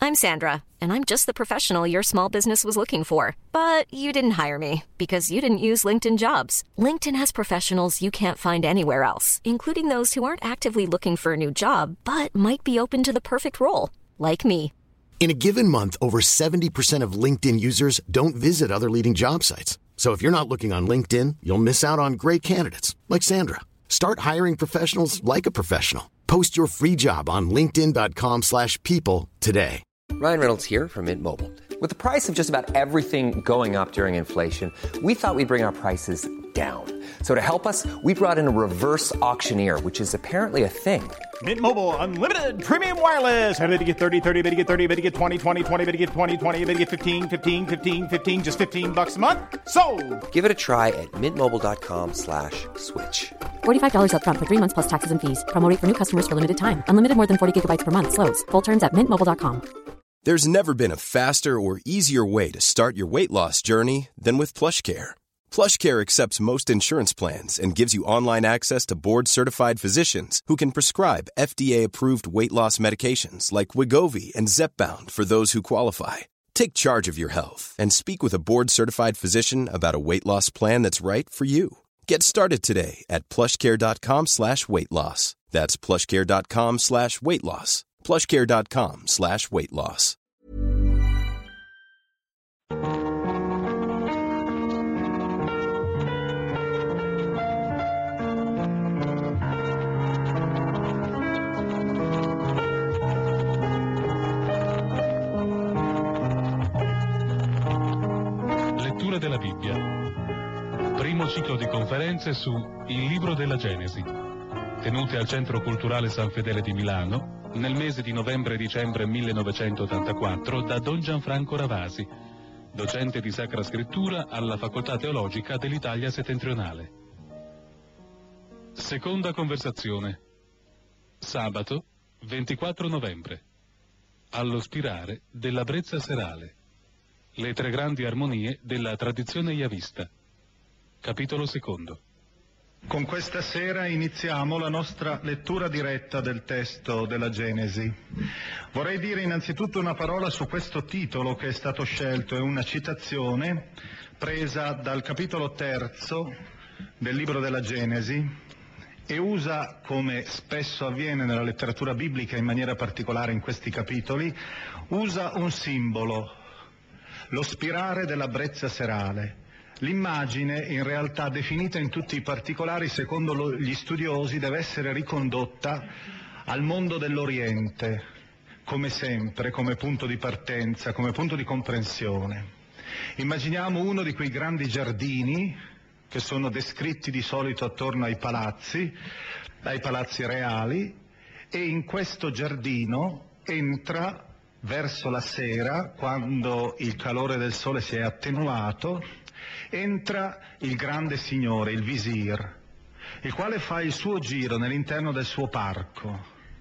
I'm Sandra, and I'm just the professional your small business was looking for. But you didn't hire me because you didn't use LinkedIn Jobs. LinkedIn has professionals you can't find anywhere else, including those who aren't actively looking for a new job, but might be open to the perfect role, like me. In a given month, over 70% of LinkedIn users don't visit other leading job sites. So if you're not looking on LinkedIn, you'll miss out on great candidates like Sandra. Start hiring professionals like a professional. Post your free job on linkedin.com/people today. Ryan Reynolds here from Mint Mobile. With the price of just about everything going up during inflation, we thought we'd bring our prices down. So to help us, we brought in a reverse auctioneer, which is apparently a thing. Mint Mobile Unlimited Premium Wireless. How to get 30, 30, bit to get 30, bit to get 20, 20, 20, bit to get 20, 20, bit to get 15, 15, 15, 15, just $15 a month? Sold! Give it a try at mintmobile.com/switch. $45 up front for 3 months plus taxes and fees. Promo rate for new customers for limited time. Unlimited more than 40 gigabytes per month. Slows full terms at mintmobile.com. There's never been a faster or easier way to start your weight loss journey than with PlushCare. PlushCare accepts most insurance plans and gives you online access to board-certified physicians who can prescribe FDA-approved weight loss medications like Wegovy and Zepbound for those who qualify. Take charge of your health and speak with a board-certified physician about a weight loss plan that's right for you. Get started today at plushcare.com/weight loss. That's plushcare.com/weight loss. plushcare.com/weight loss. Lettura della Bibbia. Primo ciclo di conferenze su Il libro della Genesi, tenute al Centro Culturale San Fedele di Milano nel mese di novembre e dicembre 1984 da Don Gianfranco Ravasi, docente di Sacra Scrittura alla Facoltà Teologica dell'Italia Settentrionale. Seconda conversazione. Sabato 24 novembre. Allo spirare della brezza serale. Le tre grandi armonie della tradizione yavista. Capitolo secondo. Con questa sera iniziamo la nostra lettura diretta del testo della Genesi. Vorrei dire innanzitutto una parola su questo titolo che è stato scelto, è una citazione presa dal capitolo 3 del libro della Genesi e usa, come spesso avviene nella letteratura biblica, in maniera particolare in questi capitoli, usa un simbolo, lo spirare della brezza serale. L'immagine, in realtà definita in tutti i particolari, secondo gli studiosi, deve essere ricondotta al mondo dell'Oriente, come sempre, come punto di partenza, come punto di comprensione. Immaginiamo uno di quei grandi giardini che sono descritti di solito attorno ai palazzi reali, e in questo giardino entra verso la sera, quando il calore del sole si è attenuato, entra il grande signore, il visir, il quale fa il suo giro nell'interno del suo parco.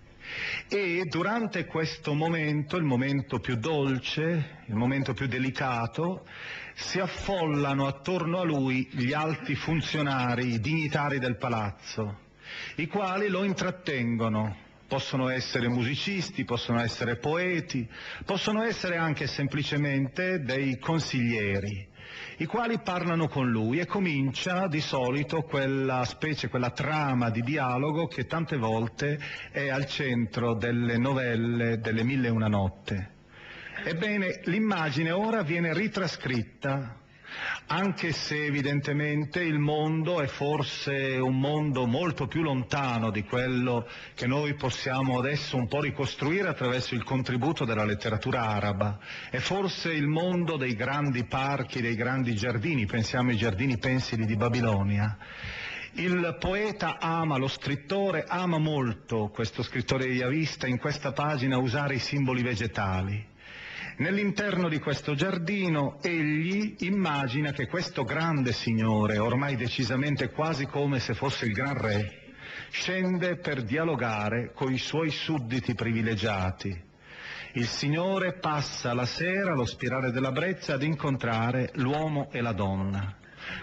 E durante questo momento, il momento più dolce, il momento più delicato, si affollano attorno a lui gli alti funzionari, i dignitari del palazzo, i quali lo intrattengono. Possono essere musicisti, possono essere poeti, possono essere anche semplicemente dei consiglieri, i quali parlano con lui, e comincia di solito quella trama di dialogo che tante volte è al centro delle novelle delle Mille e una notte. Ebbene, l'immagine ora viene ritrascritta, anche se evidentemente il mondo è forse un mondo molto più lontano di quello che noi possiamo adesso un po' ricostruire attraverso il contributo della letteratura araba. È forse il mondo dei grandi parchi, dei grandi giardini, pensiamo ai giardini pensili di Babilonia. Il poeta ama, lo scrittore ama molto, questo scrittore yavista, in questa pagina usare i simboli vegetali. Nell'interno di questo giardino egli immagina che questo grande signore, ormai decisamente quasi come se fosse il gran re, scende per dialogare con i suoi sudditi privilegiati. Il Signore passa la sera allo spirare della brezza ad incontrare l'uomo e la donna.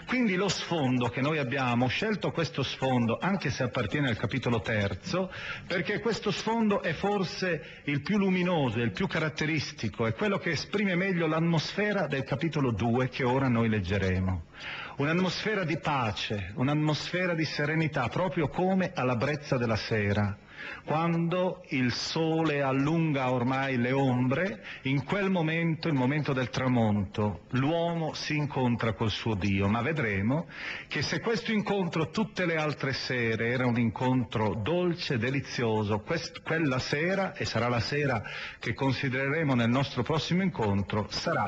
Quindi lo sfondo che noi abbiamo, ho scelto questo sfondo, anche se appartiene al capitolo terzo, perché questo sfondo è forse il più luminoso, il più caratteristico, è quello che esprime meglio l'atmosfera del capitolo 2 che ora noi leggeremo. Un'atmosfera di pace, un'atmosfera di serenità, proprio come alla brezza della sera. Quando il sole allunga ormai le ombre, in quel momento, il momento del tramonto, l'uomo si incontra col suo Dio, ma vedremo che se questo incontro tutte le altre sere era un incontro dolce, delizioso, quella sera, e sarà la sera che considereremo nel nostro prossimo incontro,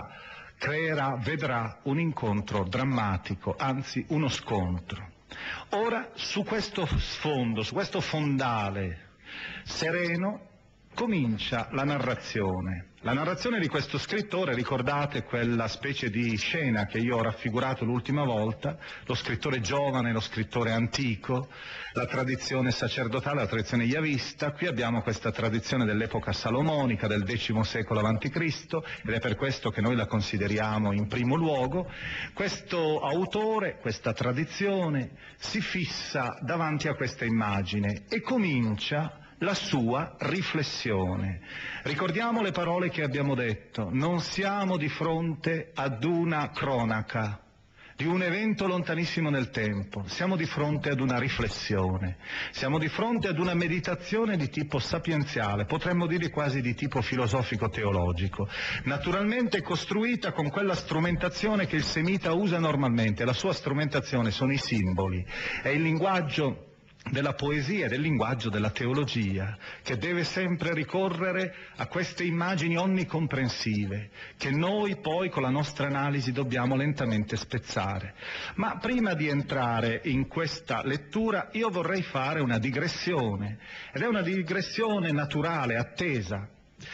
vedrà un incontro drammatico, anzi uno scontro. Ora, su questo sfondo, su questo fondale sereno, comincia la narrazione. La narrazione di questo scrittore, ricordate quella specie di scena che io ho raffigurato l'ultima volta, lo scrittore giovane, lo scrittore antico, la tradizione sacerdotale, la tradizione yavista. Qui abbiamo questa tradizione dell'epoca salomonica, del X secolo a.C., ed è per questo che noi la consideriamo in primo luogo. Questo autore, questa tradizione, si fissa davanti a questa immagine e comincia la sua riflessione. Ricordiamo le parole che abbiamo detto: non siamo di fronte ad una cronaca di un evento lontanissimo nel tempo, siamo di fronte ad una riflessione, siamo di fronte ad una meditazione di tipo sapienziale, potremmo dire quasi di tipo filosofico-teologico, naturalmente costruita con quella strumentazione che il semita usa normalmente. La sua strumentazione sono i simboli, è il linguaggio della poesia e del linguaggio della teologia, che deve sempre ricorrere a queste immagini onnicomprensive, che noi poi con la nostra analisi dobbiamo lentamente spezzare. Ma prima di entrare in questa lettura io vorrei fare una digressione, ed è una digressione naturale, attesa,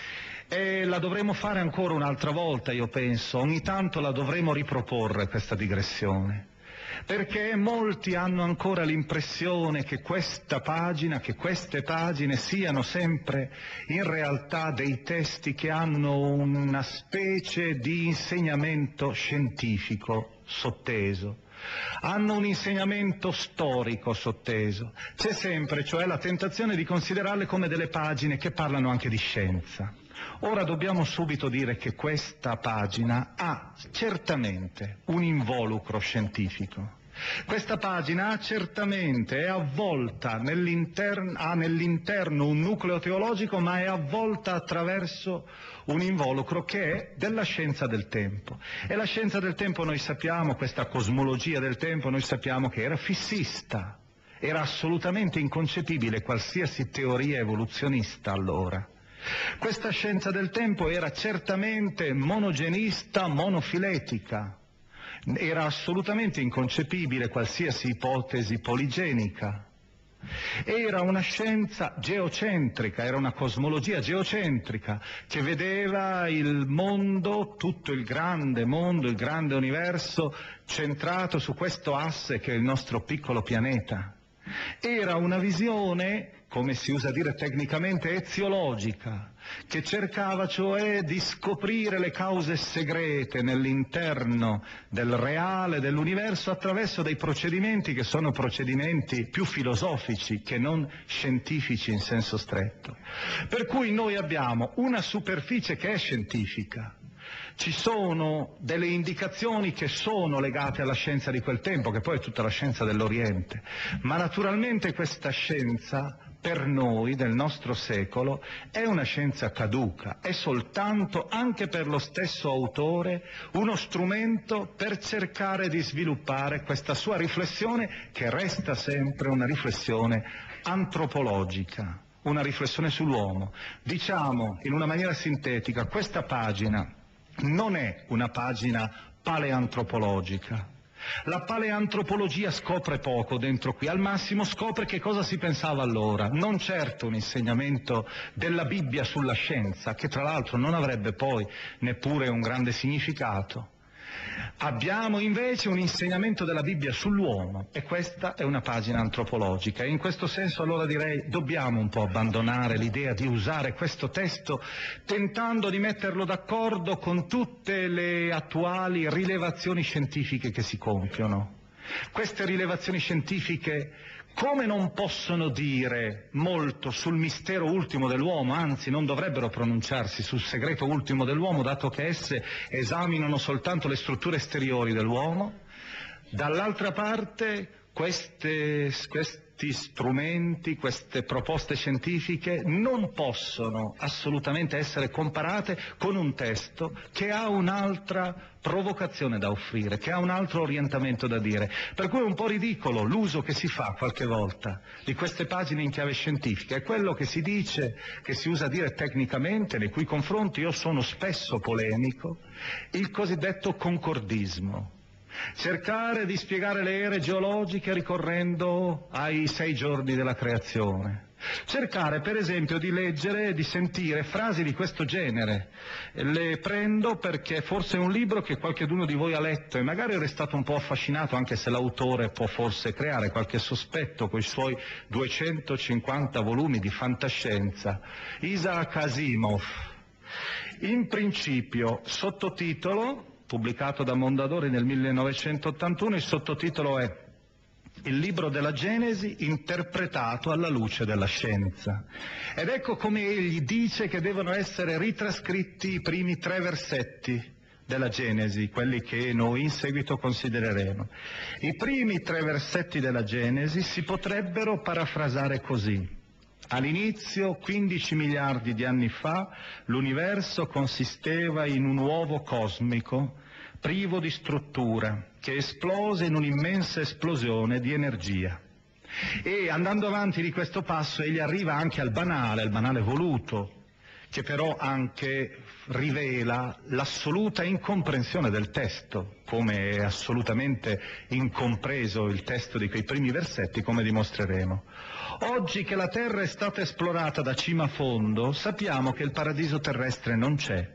e la dovremo fare ancora un'altra volta, io penso, ogni tanto la dovremo riproporre questa digressione. Perché molti hanno ancora l'impressione che questa pagina, che queste pagine siano sempre in realtà dei testi che hanno una specie di insegnamento scientifico sotteso, hanno un insegnamento storico sotteso. C'è sempre, cioè, la tentazione di considerarle come delle pagine che parlano anche di scienza. Ora dobbiamo subito dire che questa pagina ha certamente un involucro scientifico. Questa pagina è avvolta ha nell'interno un nucleo teologico, ma è avvolta attraverso un involucro che è della scienza del tempo. E la scienza del tempo, noi sappiamo, questa cosmologia del tempo, noi sappiamo che era fissista, era assolutamente inconcepibile qualsiasi teoria evoluzionista allora. Questa scienza del tempo era certamente monogenista, monofiletica, era assolutamente inconcepibile qualsiasi ipotesi poligenica. Era una scienza geocentrica, era una cosmologia geocentrica che vedeva il mondo, tutto il grande mondo, il grande universo centrato su questo asse che è il nostro piccolo pianeta. Era una visione, come si usa dire tecnicamente, eziologica, che cercava cioè di scoprire le cause segrete nell'interno del reale, dell'universo, attraverso dei procedimenti che sono procedimenti più filosofici che non scientifici in senso stretto. Per cui noi abbiamo una superficie che è scientifica. Ci sono delle indicazioni che sono legate alla scienza di quel tempo, che poi è tutta la scienza dell'Oriente, ma naturalmente questa scienza per noi del nostro secolo è una scienza caduca, è soltanto, anche per lo stesso autore, uno strumento per cercare di sviluppare questa sua riflessione, che resta sempre una riflessione antropologica, una riflessione sull'uomo. Diciamo in una maniera sintetica, questa pagina non è una pagina paleantropologica. La paleantropologia scopre poco dentro qui, al massimo scopre che cosa si pensava allora, non certo un insegnamento della Bibbia sulla scienza, che tra l'altro non avrebbe poi neppure un grande significato. Abbiamo invece un insegnamento della Bibbia sull'uomo, e questa è una pagina antropologica, e in questo senso allora direi dobbiamo un po' abbandonare l'idea di usare questo testo tentando di metterlo d'accordo con tutte le attuali rilevazioni scientifiche che si compiono. Queste rilevazioni scientifiche come non possono dire molto sul mistero ultimo dell'uomo, anzi non dovrebbero pronunciarsi sul segreto ultimo dell'uomo, dato che esse esaminano soltanto le strutture esteriori dell'uomo, dall'altra parte questi strumenti, queste proposte scientifiche non possono assolutamente essere comparate con un testo che ha un'altra provocazione da offrire, che ha un altro orientamento da dire. Per cui è un po' ridicolo l'uso che si fa qualche volta di queste pagine in chiave scientifica. È quello che si dice, che si usa dire tecnicamente, nei cui confronti io sono spesso polemico, il cosiddetto concordismo. Cercare di spiegare le ere geologiche ricorrendo ai 6 giorni della creazione. Cercare per esempio di leggere e di sentire frasi di questo genere. Le prendo perché forse è un libro che qualcheduno di voi ha letto e magari è restato un po' affascinato, anche se l'autore può forse creare qualche sospetto con i suoi 250 volumi di fantascienza. Isaac Asimov. In principio, sottotitolo, pubblicato da Mondadori nel 1981, il sottotitolo è Il libro della Genesi interpretato alla luce della scienza. Ed ecco come egli dice che devono essere ritrascritti i primi 3 versetti della Genesi, quelli che noi in seguito considereremo. I primi 3 versetti della Genesi si potrebbero parafrasare così. All'inizio, 15 miliardi di anni fa, l'universo consisteva in un uovo cosmico privo di struttura, che esplose in un'immensa esplosione di energia. E andando avanti di questo passo egli arriva anche al banale voluto, che però anche rivela l'assoluta incomprensione del testo, come è assolutamente incompreso il testo di quei primi versetti, come dimostreremo. Oggi che la Terra è stata esplorata da cima a fondo, sappiamo che il paradiso terrestre non c'è.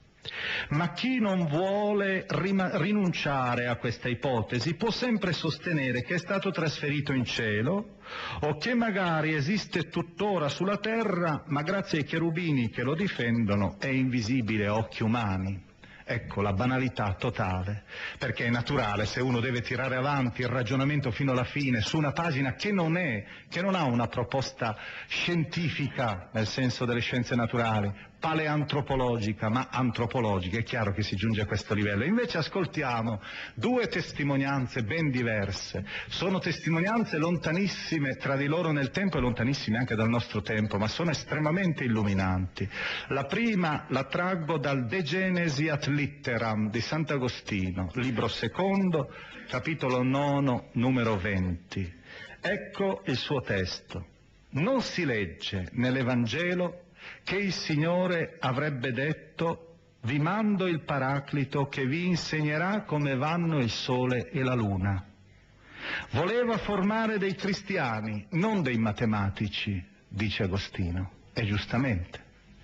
Ma chi non vuole rinunciare a questa ipotesi può sempre sostenere che è stato trasferito in cielo o che magari esiste tuttora sulla terra, ma grazie ai cherubini che lo difendono è invisibile a occhi umani. Ecco la banalità totale, perché è naturale se uno deve tirare avanti il ragionamento fino alla fine su una pagina che non ha una proposta scientifica nel senso delle scienze naturali, paleantropologica, ma antropologica, è chiaro che si giunge a questo livello. Invece ascoltiamo 2 testimonianze ben diverse, sono testimonianze lontanissime tra di loro nel tempo e lontanissime anche dal nostro tempo, ma sono estremamente illuminanti. La prima la traggo dal De Genesi at Litteram di Sant'Agostino, libro secondo, capitolo 9, numero 20. Ecco il suo testo. Non si legge nell'Evangelo che il Signore avrebbe detto: vi mando il Paraclito che vi insegnerà come vanno il sole e la luna. Voleva formare dei cristiani, non dei matematici, dice Agostino, e giustamente.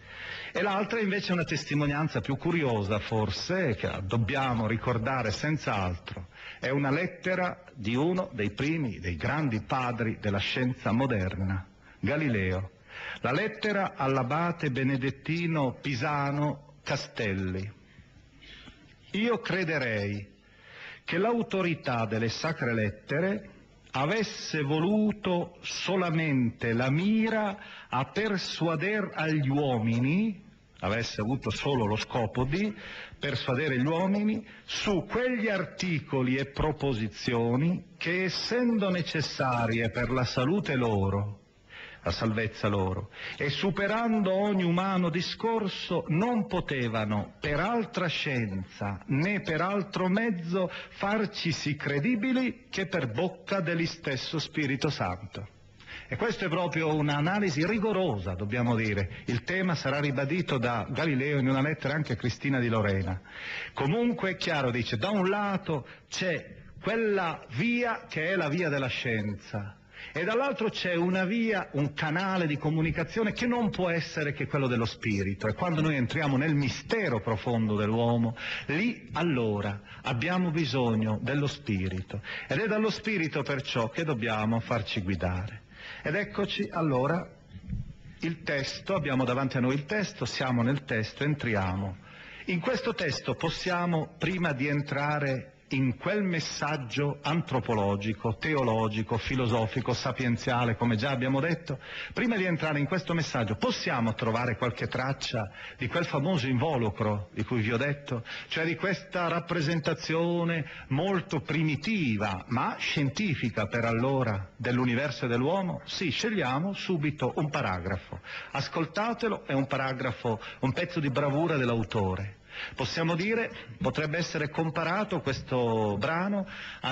E l'altra invece è una testimonianza più curiosa forse, che dobbiamo ricordare senz'altro. È una lettera di uno dei primi, dei grandi padri della scienza moderna, Galileo. La lettera all'abate benedettino Pisano Castelli. Io crederei che l'autorità delle sacre lettere avesse voluto solamente la mira a persuader agli uomini, avesse avuto solo lo scopo di persuadere gli uomini su quegli articoli e proposizioni che, essendo necessarie per la salute loro, la salvezza loro, e superando ogni umano discorso, non potevano per altra scienza né per altro mezzo farcisi credibili che per bocca degli stesso Spirito Santo. E questa è proprio un'analisi rigorosa, dobbiamo dire. Il tema sarà ribadito da Galileo in una lettera anche a Cristina di Lorena. Comunque è chiaro, dice, da un lato c'è quella via che è la via della scienza, e dall'altro c'è una via, un canale di comunicazione che non può essere che quello dello spirito. E quando noi entriamo nel mistero profondo dell'uomo, lì allora abbiamo bisogno dello spirito, ed è dallo spirito perciò che dobbiamo farci guidare. Ed eccoci allora il testo, abbiamo davanti a noi il testo, siamo nel testo, entriamo. In questo testo possiamo, prima di entrare in quel messaggio antropologico, teologico, filosofico, sapienziale, come già abbiamo detto, prima di entrare in questo messaggio possiamo trovare qualche traccia di quel famoso involucro di cui vi ho detto, cioè di questa rappresentazione molto primitiva ma scientifica per allora dell'universo e dell'uomo? Sì, scegliamo subito un paragrafo. Ascoltatelo, è un paragrafo, un pezzo di bravura dell'autore. Possiamo dire, potrebbe essere comparato questo brano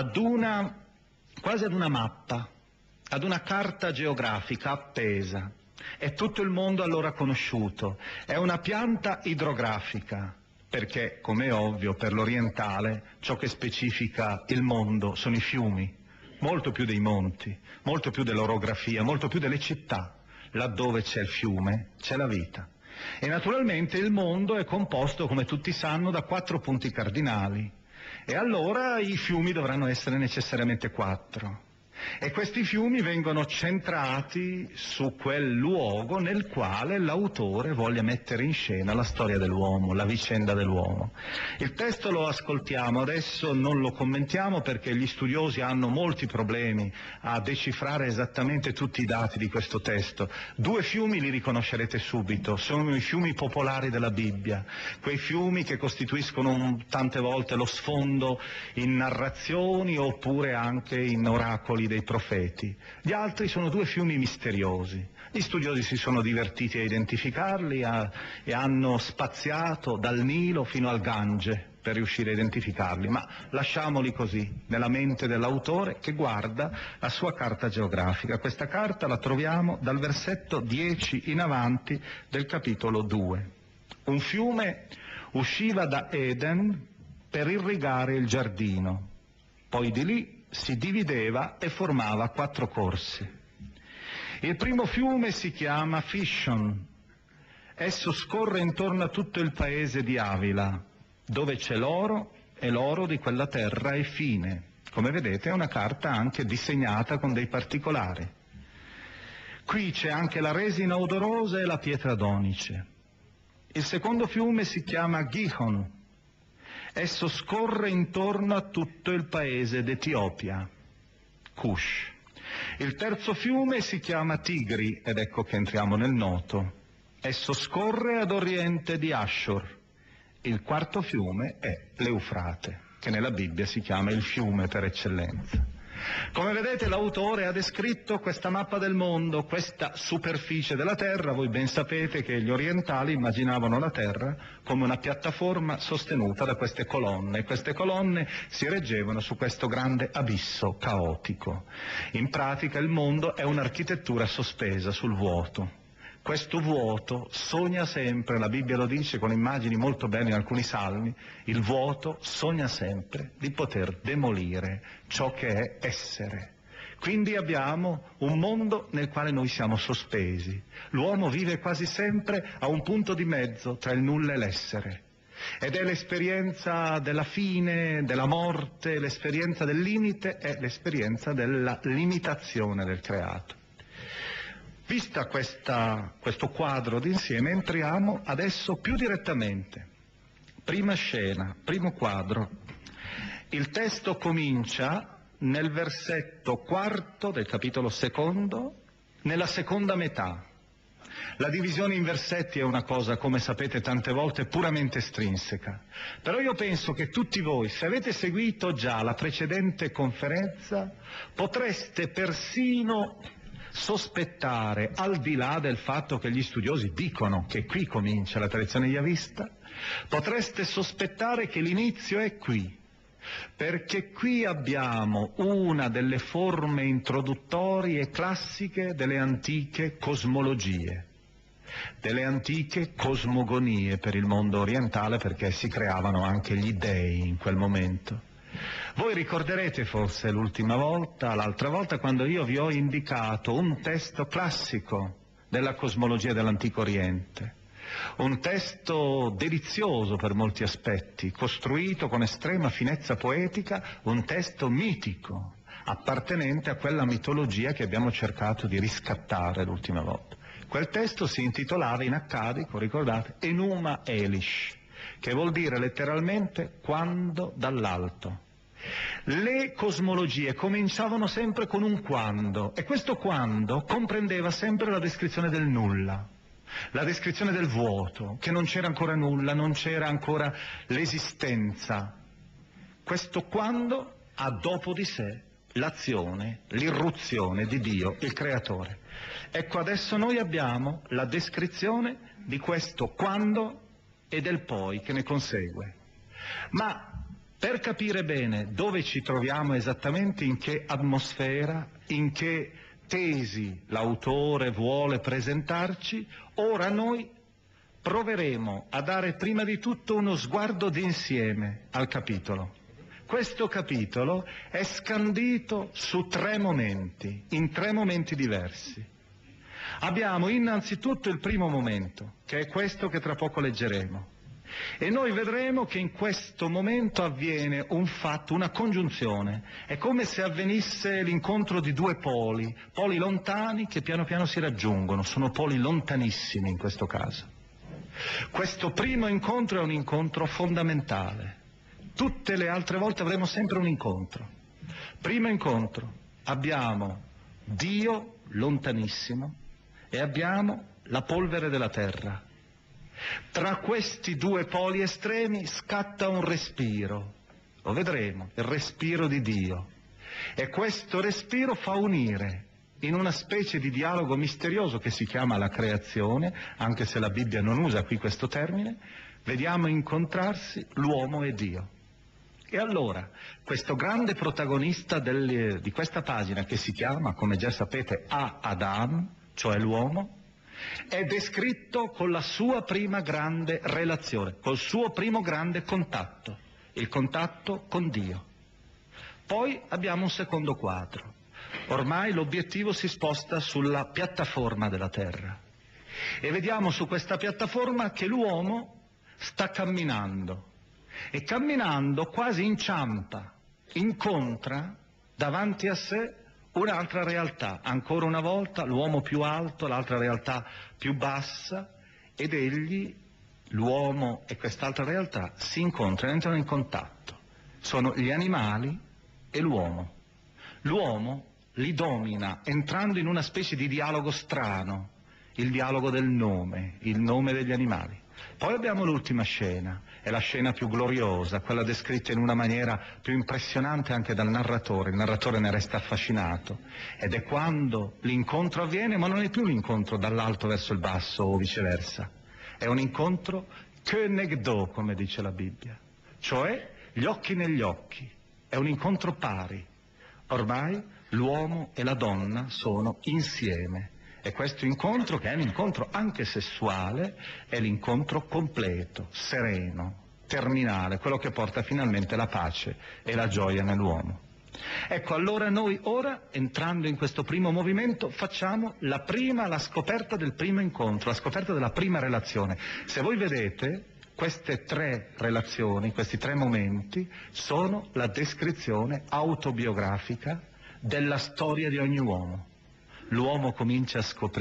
quasi ad una mappa, ad una carta geografica appesa. È tutto il mondo allora conosciuto, è una pianta idrografica, perché, come è ovvio, per l'orientale ciò che specifica il mondo sono i fiumi, molto più dei monti, molto più dell'orografia, molto più delle città. Laddove c'è il fiume c'è la vita. E naturalmente il mondo è composto, come tutti sanno, da 4 punti cardinali, e allora i fiumi dovranno essere necessariamente 4. E questi fiumi vengono centrati su quel luogo nel quale l'autore voglia mettere in scena la storia dell'uomo, la vicenda dell'uomo. Il testo lo ascoltiamo, adesso non lo commentiamo perché gli studiosi hanno molti problemi a decifrare esattamente tutti i dati di questo testo. 2 fiumi li riconoscerete subito, sono i fiumi popolari della Bibbia, quei fiumi che costituiscono tante volte lo sfondo in narrazioni oppure anche in oracoli dei profeti. Gli altri sono 2 fiumi misteriosi. Gli studiosi si sono divertiti a identificarli e hanno spaziato dal Nilo fino al Gange per riuscire a identificarli, ma lasciamoli così, nella mente dell'autore che guarda la sua carta geografica. Questa carta la troviamo dal versetto 10 in avanti del capitolo 2. Un fiume usciva da Eden per irrigare il giardino, poi di lì si divideva e formava 4 corsi. Il primo fiume si chiama Fishon. Esso scorre intorno a tutto il paese di Avila, dove c'è l'oro, e l'oro di quella terra è fine. Come vedete è una carta anche disegnata con dei particolari. Qui c'è anche la resina odorosa e la pietra d'onice. Il secondo fiume si chiama Gihon. Esso scorre intorno a tutto il paese d'Etiopia, Cush. Il terzo fiume si chiama Tigri, ed ecco che entriamo nel noto. Esso scorre ad oriente di Ashur. Il quarto fiume è l'Eufrate, che nella Bibbia si chiama il fiume per eccellenza. Come vedete l'autore ha descritto questa mappa del mondo, questa superficie della terra. Voi ben sapete che gli orientali immaginavano la terra come una piattaforma sostenuta da queste colonne, e queste colonne si reggevano su questo grande abisso caotico. In pratica il mondo è un'architettura sospesa sul vuoto. Questo vuoto sogna sempre, la Bibbia lo dice con immagini molto belle in alcuni salmi, il vuoto sogna sempre di poter demolire ciò che è essere. Quindi abbiamo un mondo nel quale noi siamo sospesi. L'uomo vive quasi sempre a un punto di mezzo tra il nulla e l'essere. Ed è l'esperienza della fine, della morte, l'esperienza del limite, è l'esperienza della limitazione del creato. Vista questo quadro d'insieme, entriamo adesso più direttamente. Prima scena, primo quadro. Il testo comincia nel versetto 4 del capitolo 2, nella seconda metà. La divisione in versetti è una cosa, come sapete tante volte, puramente estrinseca. Però io penso che tutti voi, se avete seguito già la precedente conferenza, potreste persino sospettare, al di là del fatto che gli studiosi dicono che qui comincia la tradizione yavista, potreste sospettare che l'inizio è qui, perché qui abbiamo una delle forme introduttorie classiche delle antiche cosmologie, delle antiche cosmogonie per il mondo orientale, perché si creavano anche gli dei in quel momento. Voi ricorderete forse l'altra volta, quando io vi ho indicato un testo classico della cosmologia dell'Antico Oriente, un testo delizioso per molti aspetti, costruito con estrema finezza poetica, un testo mitico, appartenente a quella mitologia che abbiamo cercato di riscattare l'ultima volta. Quel testo si intitolava in accadico, ricordate, Enuma Elish, che vuol dire letteralmente quando dall'alto. Le cosmologie cominciavano sempre con un quando, e questo quando comprendeva sempre la descrizione del nulla, la descrizione del vuoto, che non c'era ancora nulla, non c'era ancora l'esistenza. Questo quando ha dopo di sé l'azione, l'irruzione di Dio, il creatore. Ecco, adesso noi abbiamo la descrizione di questo quando e del poi che ne consegue. Ma per capire bene dove ci troviamo esattamente, in che atmosfera, in che tesi l'autore vuole presentarci, ora noi proveremo a dare prima di tutto uno sguardo d'insieme al capitolo. Questo capitolo è scandito su in tre momenti diversi. Abbiamo innanzitutto il primo momento, che è questo che tra poco leggeremo. E noi vedremo che in questo momento avviene un fatto, una congiunzione. È come se avvenisse l'incontro di due poli lontani che piano piano si raggiungono, sono poli lontanissimi in questo caso. Questo primo incontro è un incontro fondamentale. Tutte le altre volte avremo sempre un incontro. Primo incontro, abbiamo Dio lontanissimo e abbiamo la polvere della terra. Tra questi due poli estremi scatta un respiro, lo vedremo, il respiro di Dio, e questo respiro fa unire in una specie di dialogo misterioso che si chiama la creazione, anche se la Bibbia non usa qui questo termine, vediamo incontrarsi l'uomo e Dio. E allora questo grande protagonista di questa pagina, che si chiama, come già sapete, Adam, cioè l'uomo, è descritto con la sua prima grande relazione, col suo primo grande contatto, il contatto con Dio. Poi abbiamo un secondo quadro. Ormai l'obiettivo si sposta sulla piattaforma della terra e vediamo su questa piattaforma che l'uomo sta camminando, e camminando quasi inciampa, incontra davanti a sé un'altra realtà, ancora una volta l'uomo più alto, l'altra realtà più bassa, ed egli, l'uomo e quest'altra realtà si incontrano, entrano in contatto. Sono gli animali e l'uomo. L'uomo li domina entrando in una specie di dialogo strano, il dialogo del nome, il nome degli animali. Poi abbiamo l'ultima scena, è la scena più gloriosa, quella descritta in una maniera più impressionante anche dal narratore. Il narratore ne resta affascinato, ed è quando l'incontro avviene, ma non è più l'incontro dall'alto verso il basso o viceversa, è un incontro que negdo, come dice la Bibbia, cioè gli occhi negli occhi, è un incontro pari. Ormai l'uomo e la donna sono insieme. E questo incontro, che è un incontro anche sessuale, è l'incontro completo, sereno, terminale, quello che porta finalmente la pace e la gioia nell'uomo. Ecco, allora noi ora, entrando in questo primo movimento, facciamo la scoperta del primo incontro, la scoperta della prima relazione. Se voi vedete, queste tre relazioni, questi tre momenti, sono la descrizione autobiografica della storia di ogni uomo. L'uomo comincia a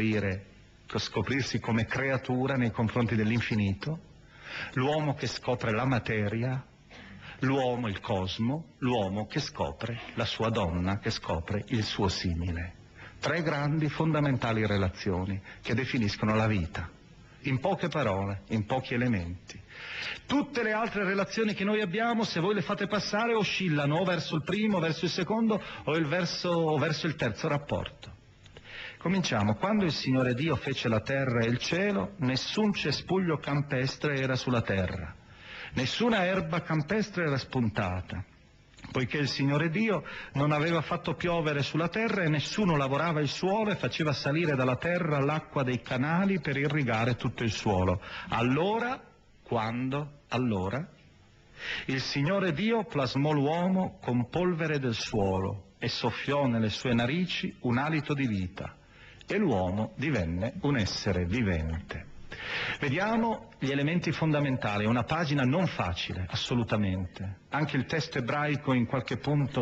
scoprirsi come creatura nei confronti dell'infinito, l'uomo che scopre la materia, l'uomo il cosmo, l'uomo che scopre la sua donna, che scopre il suo simile. Tre grandi fondamentali relazioni che definiscono la vita, in poche parole, in pochi elementi. Tutte le altre relazioni che noi abbiamo, se voi le fate passare, oscillano o verso il primo, verso il secondo o verso il terzo rapporto. Cominciamo. Quando il Signore Dio fece la terra e il cielo, nessun cespuglio campestre era sulla terra, nessuna erba campestre era spuntata, poiché il Signore Dio non aveva fatto piovere sulla terra e nessuno lavorava il suolo e faceva salire dalla terra l'acqua dei canali per irrigare tutto il suolo. Allora Il Signore Dio plasmò l'uomo con polvere del suolo e soffiò nelle sue narici un alito di vita, e l'uomo divenne un essere vivente. Vediamo gli elementi fondamentali, è una pagina non facile, assolutamente. Anche il testo ebraico in qualche punto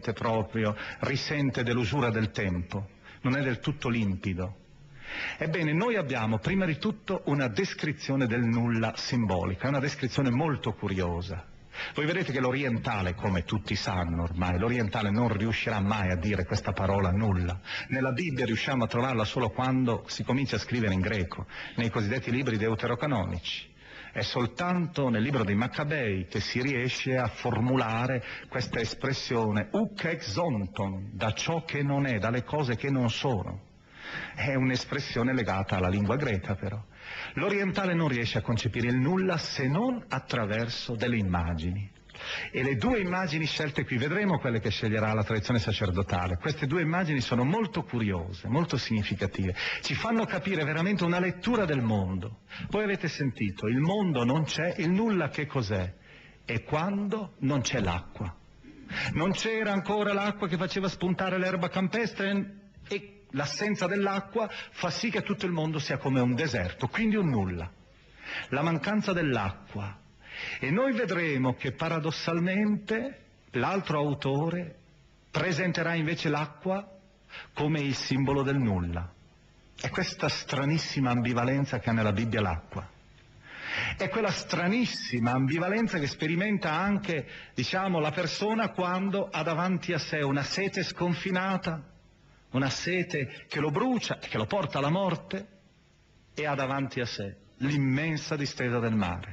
risente dell'usura del tempo, non è del tutto limpido. Ebbene, noi abbiamo prima di tutto una descrizione del nulla simbolica, è una descrizione molto curiosa. Voi vedete che l'orientale, come tutti sanno ormai, l'orientale non riuscirà mai a dire questa parola nulla. Nella Bibbia riusciamo a trovarla solo quando si comincia a scrivere in greco, nei cosiddetti libri deuterocanonici. È soltanto nel libro dei Maccabei che si riesce a formulare questa espressione uk exonton, da ciò che non è, dalle cose che non sono. È un'espressione legata alla lingua greca, però. L'orientale non riesce a concepire il nulla se non attraverso delle immagini. E le due immagini scelte qui, vedremo quelle che sceglierà la tradizione sacerdotale. Queste due immagini sono molto curiose, molto significative. Ci fanno capire veramente una lettura del mondo. Voi avete sentito, il mondo non c'è, il nulla che cos'è? È quando non c'è l'acqua. Non c'era ancora l'acqua che faceva spuntare l'erba campestre e l'assenza dell'acqua fa sì che tutto il mondo sia come un deserto, quindi un nulla. La mancanza dell'acqua. E noi vedremo che paradossalmente l'altro autore presenterà invece l'acqua come il simbolo del nulla. È questa stranissima ambivalenza che ha nella Bibbia l'acqua. È quella stranissima ambivalenza che sperimenta anche, la persona quando ha davanti a sé una sete sconfinata, una sete che lo brucia e che lo porta alla morte, e ha davanti a sé l'immensa distesa del mare.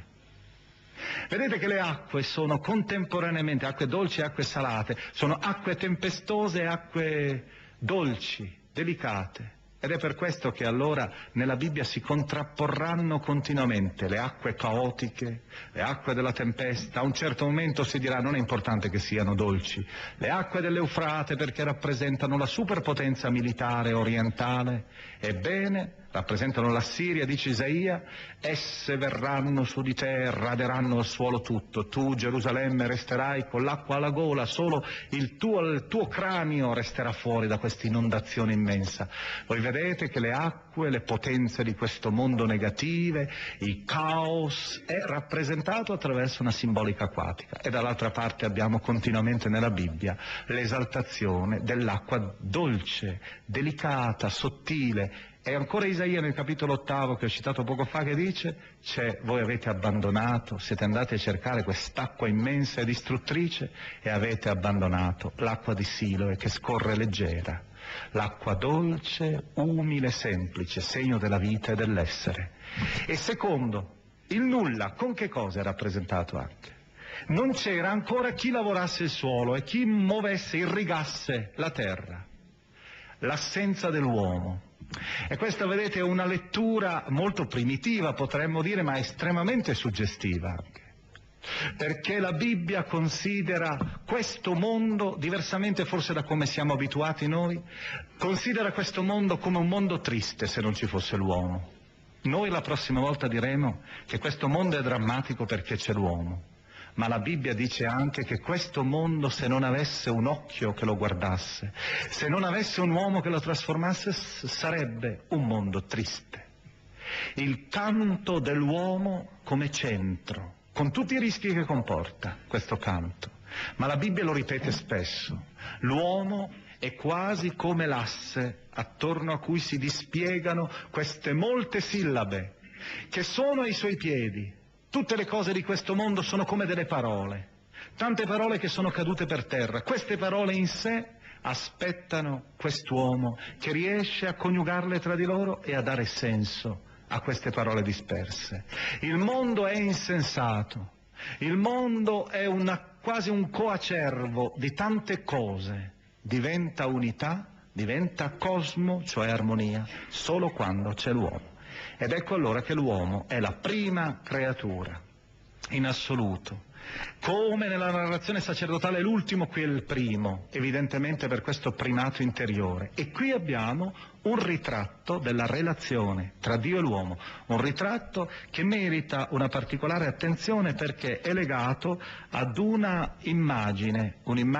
Vedete che le acque sono contemporaneamente acque dolci e acque salate, sono acque tempestose e acque dolci, delicate. Ed è per questo che allora nella Bibbia si contrapporranno continuamente le acque caotiche, le acque della tempesta. A un certo momento si dirà non è importante che siano dolci. Le acque dell'Eufrate perché rappresentano la superpotenza militare orientale. Ebbene, rappresentano la Siria, dice Isaia, esse verranno su di te e raderanno al suolo tutto. Tu, Gerusalemme, resterai con l'acqua alla gola, solo il tuo cranio resterà fuori da questa inondazione immensa. Voi vedete che le acque, le potenze di questo mondo negative, il caos, è rappresentato attraverso una simbolica acquatica. E dall'altra parte abbiamo continuamente nella Bibbia l'esaltazione dell'acqua dolce, delicata, sottile. E ancora Isaia nel capitolo 8 che ho citato poco fa che dice voi avete abbandonato, siete andati a cercare quest'acqua immensa e distruttrice e avete abbandonato l'acqua di Siloe che scorre leggera, l'acqua dolce, umile, semplice, segno della vita e dell'essere. E secondo, il nulla con che cosa è rappresentato anche? Non c'era ancora chi lavorasse il suolo e chi muovesse, irrigasse la terra. L'assenza dell'uomo. E questa, vedete, è una lettura molto primitiva, potremmo dire, ma estremamente suggestiva anche. Perché la Bibbia considera questo mondo, diversamente forse da come siamo abituati noi, considera questo mondo come un mondo triste se non ci fosse l'uomo. Noi la prossima volta diremo che questo mondo è drammatico perché c'è l'uomo. Ma la Bibbia dice anche che questo mondo, se non avesse un occhio che lo guardasse, se non avesse un uomo che lo trasformasse, sarebbe un mondo triste. Il canto dell'uomo come centro, con tutti i rischi che comporta questo canto. Ma la Bibbia lo ripete spesso. L'uomo è quasi come l'asse attorno a cui si dispiegano queste molte sillabe che sono ai suoi piedi. Tutte le cose di questo mondo sono come delle parole, tante parole che sono cadute per terra. Queste parole in sé aspettano quest'uomo che riesce a coniugarle tra di loro e a dare senso a queste parole disperse. Il mondo è insensato, il mondo è quasi un coacervo di tante cose, diventa unità, diventa cosmo, cioè armonia, solo quando c'è l'uomo. Ed ecco allora che l'uomo è la prima creatura. in assoluto. Come nella narrazione sacerdotale l'ultimo, qui è il primo, evidentemente per questo primato interiore. E qui abbiamo un ritratto della relazione tra Dio e l'uomo, un ritratto che merita una particolare attenzione perché è legato ad un'immagine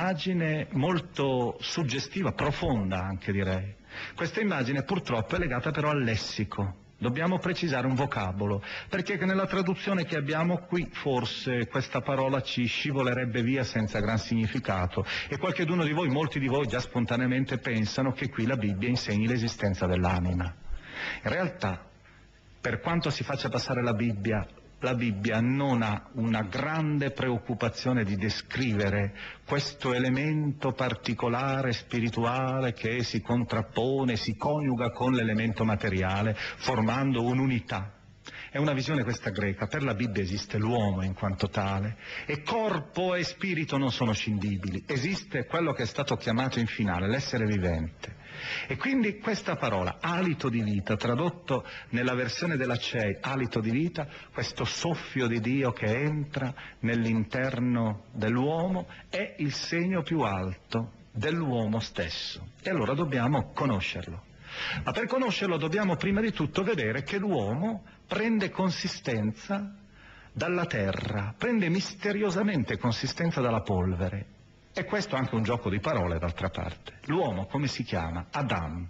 molto suggestiva, profonda anche direi. Questa immagine purtroppo è legata però al lessico. Dobbiamo precisare un vocabolo, perché nella traduzione che abbiamo qui forse questa parola ci scivolerebbe via senza gran significato e qualcheduno di voi, molti di voi già spontaneamente pensano che qui la Bibbia insegni l'esistenza dell'anima. In realtà, per quanto si faccia passare la Bibbia non ha una grande preoccupazione di descrivere questo elemento particolare spirituale che si contrappone, si coniuga con l'elemento materiale, formando un'unità. È una visione questa greca. Per la Bibbia esiste l'uomo in quanto tale e corpo e spirito non sono scindibili. Esiste quello che è stato chiamato in finale, l'essere vivente. E quindi questa parola, alito di vita, tradotto nella versione della CEI, alito di vita, questo soffio di Dio che entra nell'interno dell'uomo, è il segno più alto dell'uomo stesso. E allora dobbiamo conoscerlo. Ma per conoscerlo dobbiamo prima di tutto vedere che l'uomo prende consistenza dalla terra, prende misteriosamente consistenza dalla polvere. E questo è anche un gioco di parole d'altra parte. L'uomo come si chiama? Adam.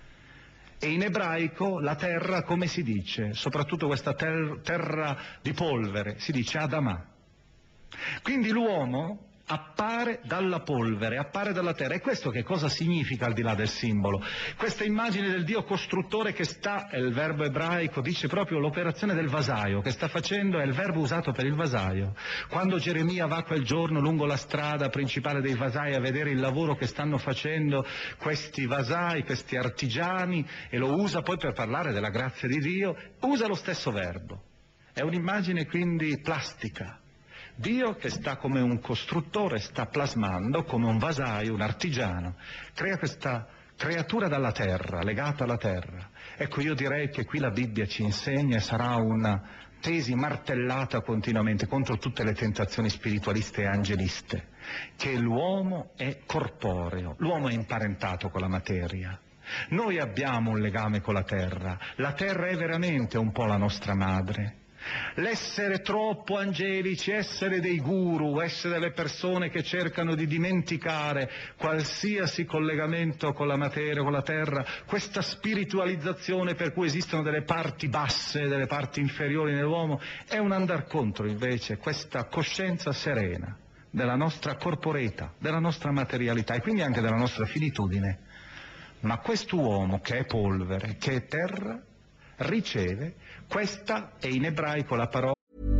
E in ebraico la terra come si dice? Soprattutto questa terra di polvere, si dice Adamah. Quindi l'uomo appare dalla polvere, appare dalla terra. E questo che cosa significa al di là del simbolo? Questa immagine del Dio costruttore che sta, il verbo ebraico dice proprio l'operazione del vasaio, che sta facendo, è il verbo usato per il vasaio. Quando Geremia va quel giorno lungo la strada principale dei vasai a vedere il lavoro che stanno facendo questi vasai, questi artigiani, e lo usa poi per parlare della grazia di Dio, usa lo stesso verbo. È un'immagine quindi plastica. Dio che sta come un costruttore, sta plasmando come un vasaio, un artigiano, crea questa creatura dalla terra, legata alla terra. Ecco, io direi che qui la Bibbia ci insegna e sarà una tesi martellata continuamente contro tutte le tentazioni spiritualiste e angeliste, che l'uomo è corporeo, l'uomo è imparentato con la materia. Noi abbiamo un legame con la terra è veramente un po' la nostra madre. L'essere troppo angelici, essere dei guru, essere delle persone che cercano di dimenticare qualsiasi collegamento con la materia, con la terra, questa spiritualizzazione per cui esistono delle parti basse, delle parti inferiori nell'uomo, è un andar contro invece questa coscienza serena della nostra corporeità, della nostra materialità e quindi anche della nostra finitudine. Ma quest'uomo che è polvere, che è terra, riceve, questa è in ebraico la parola.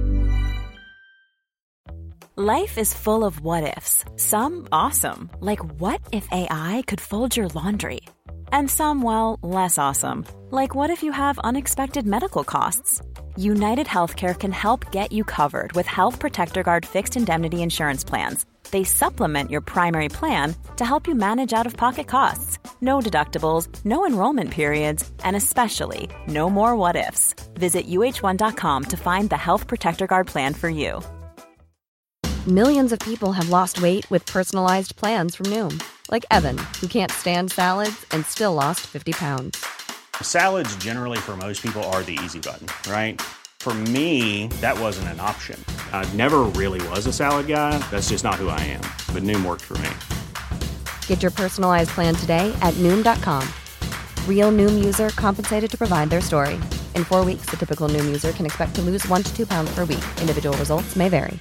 Life is full of what-ifs. Some awesome, like what if AI could fold your laundry? And some, well, less awesome, like what if you have unexpected medical costs? United Healthcare can help get you covered with Health Protector Guard fixed indemnity insurance plans. They supplement your primary plan to help you manage out-of-pocket costs. No deductibles, no enrollment periods, and especially no more what-ifs. Visit uh1.com to find the Health Protector Guard plan for you. Millions of people have lost weight with personalized plans from Noom. Like Evan, who can't stand salads and still lost 50 pounds. Salads generally for most people are the easy button, right? For me, that wasn't an option. I never really was a salad guy. That's just not who I am. But Noom worked for me. Get your personalized plan today at Noom.com. Real Noom user compensated to provide their story. In 4 weeks, the typical Noom user can expect to lose 1 to 2 pounds per week. Individual results may vary.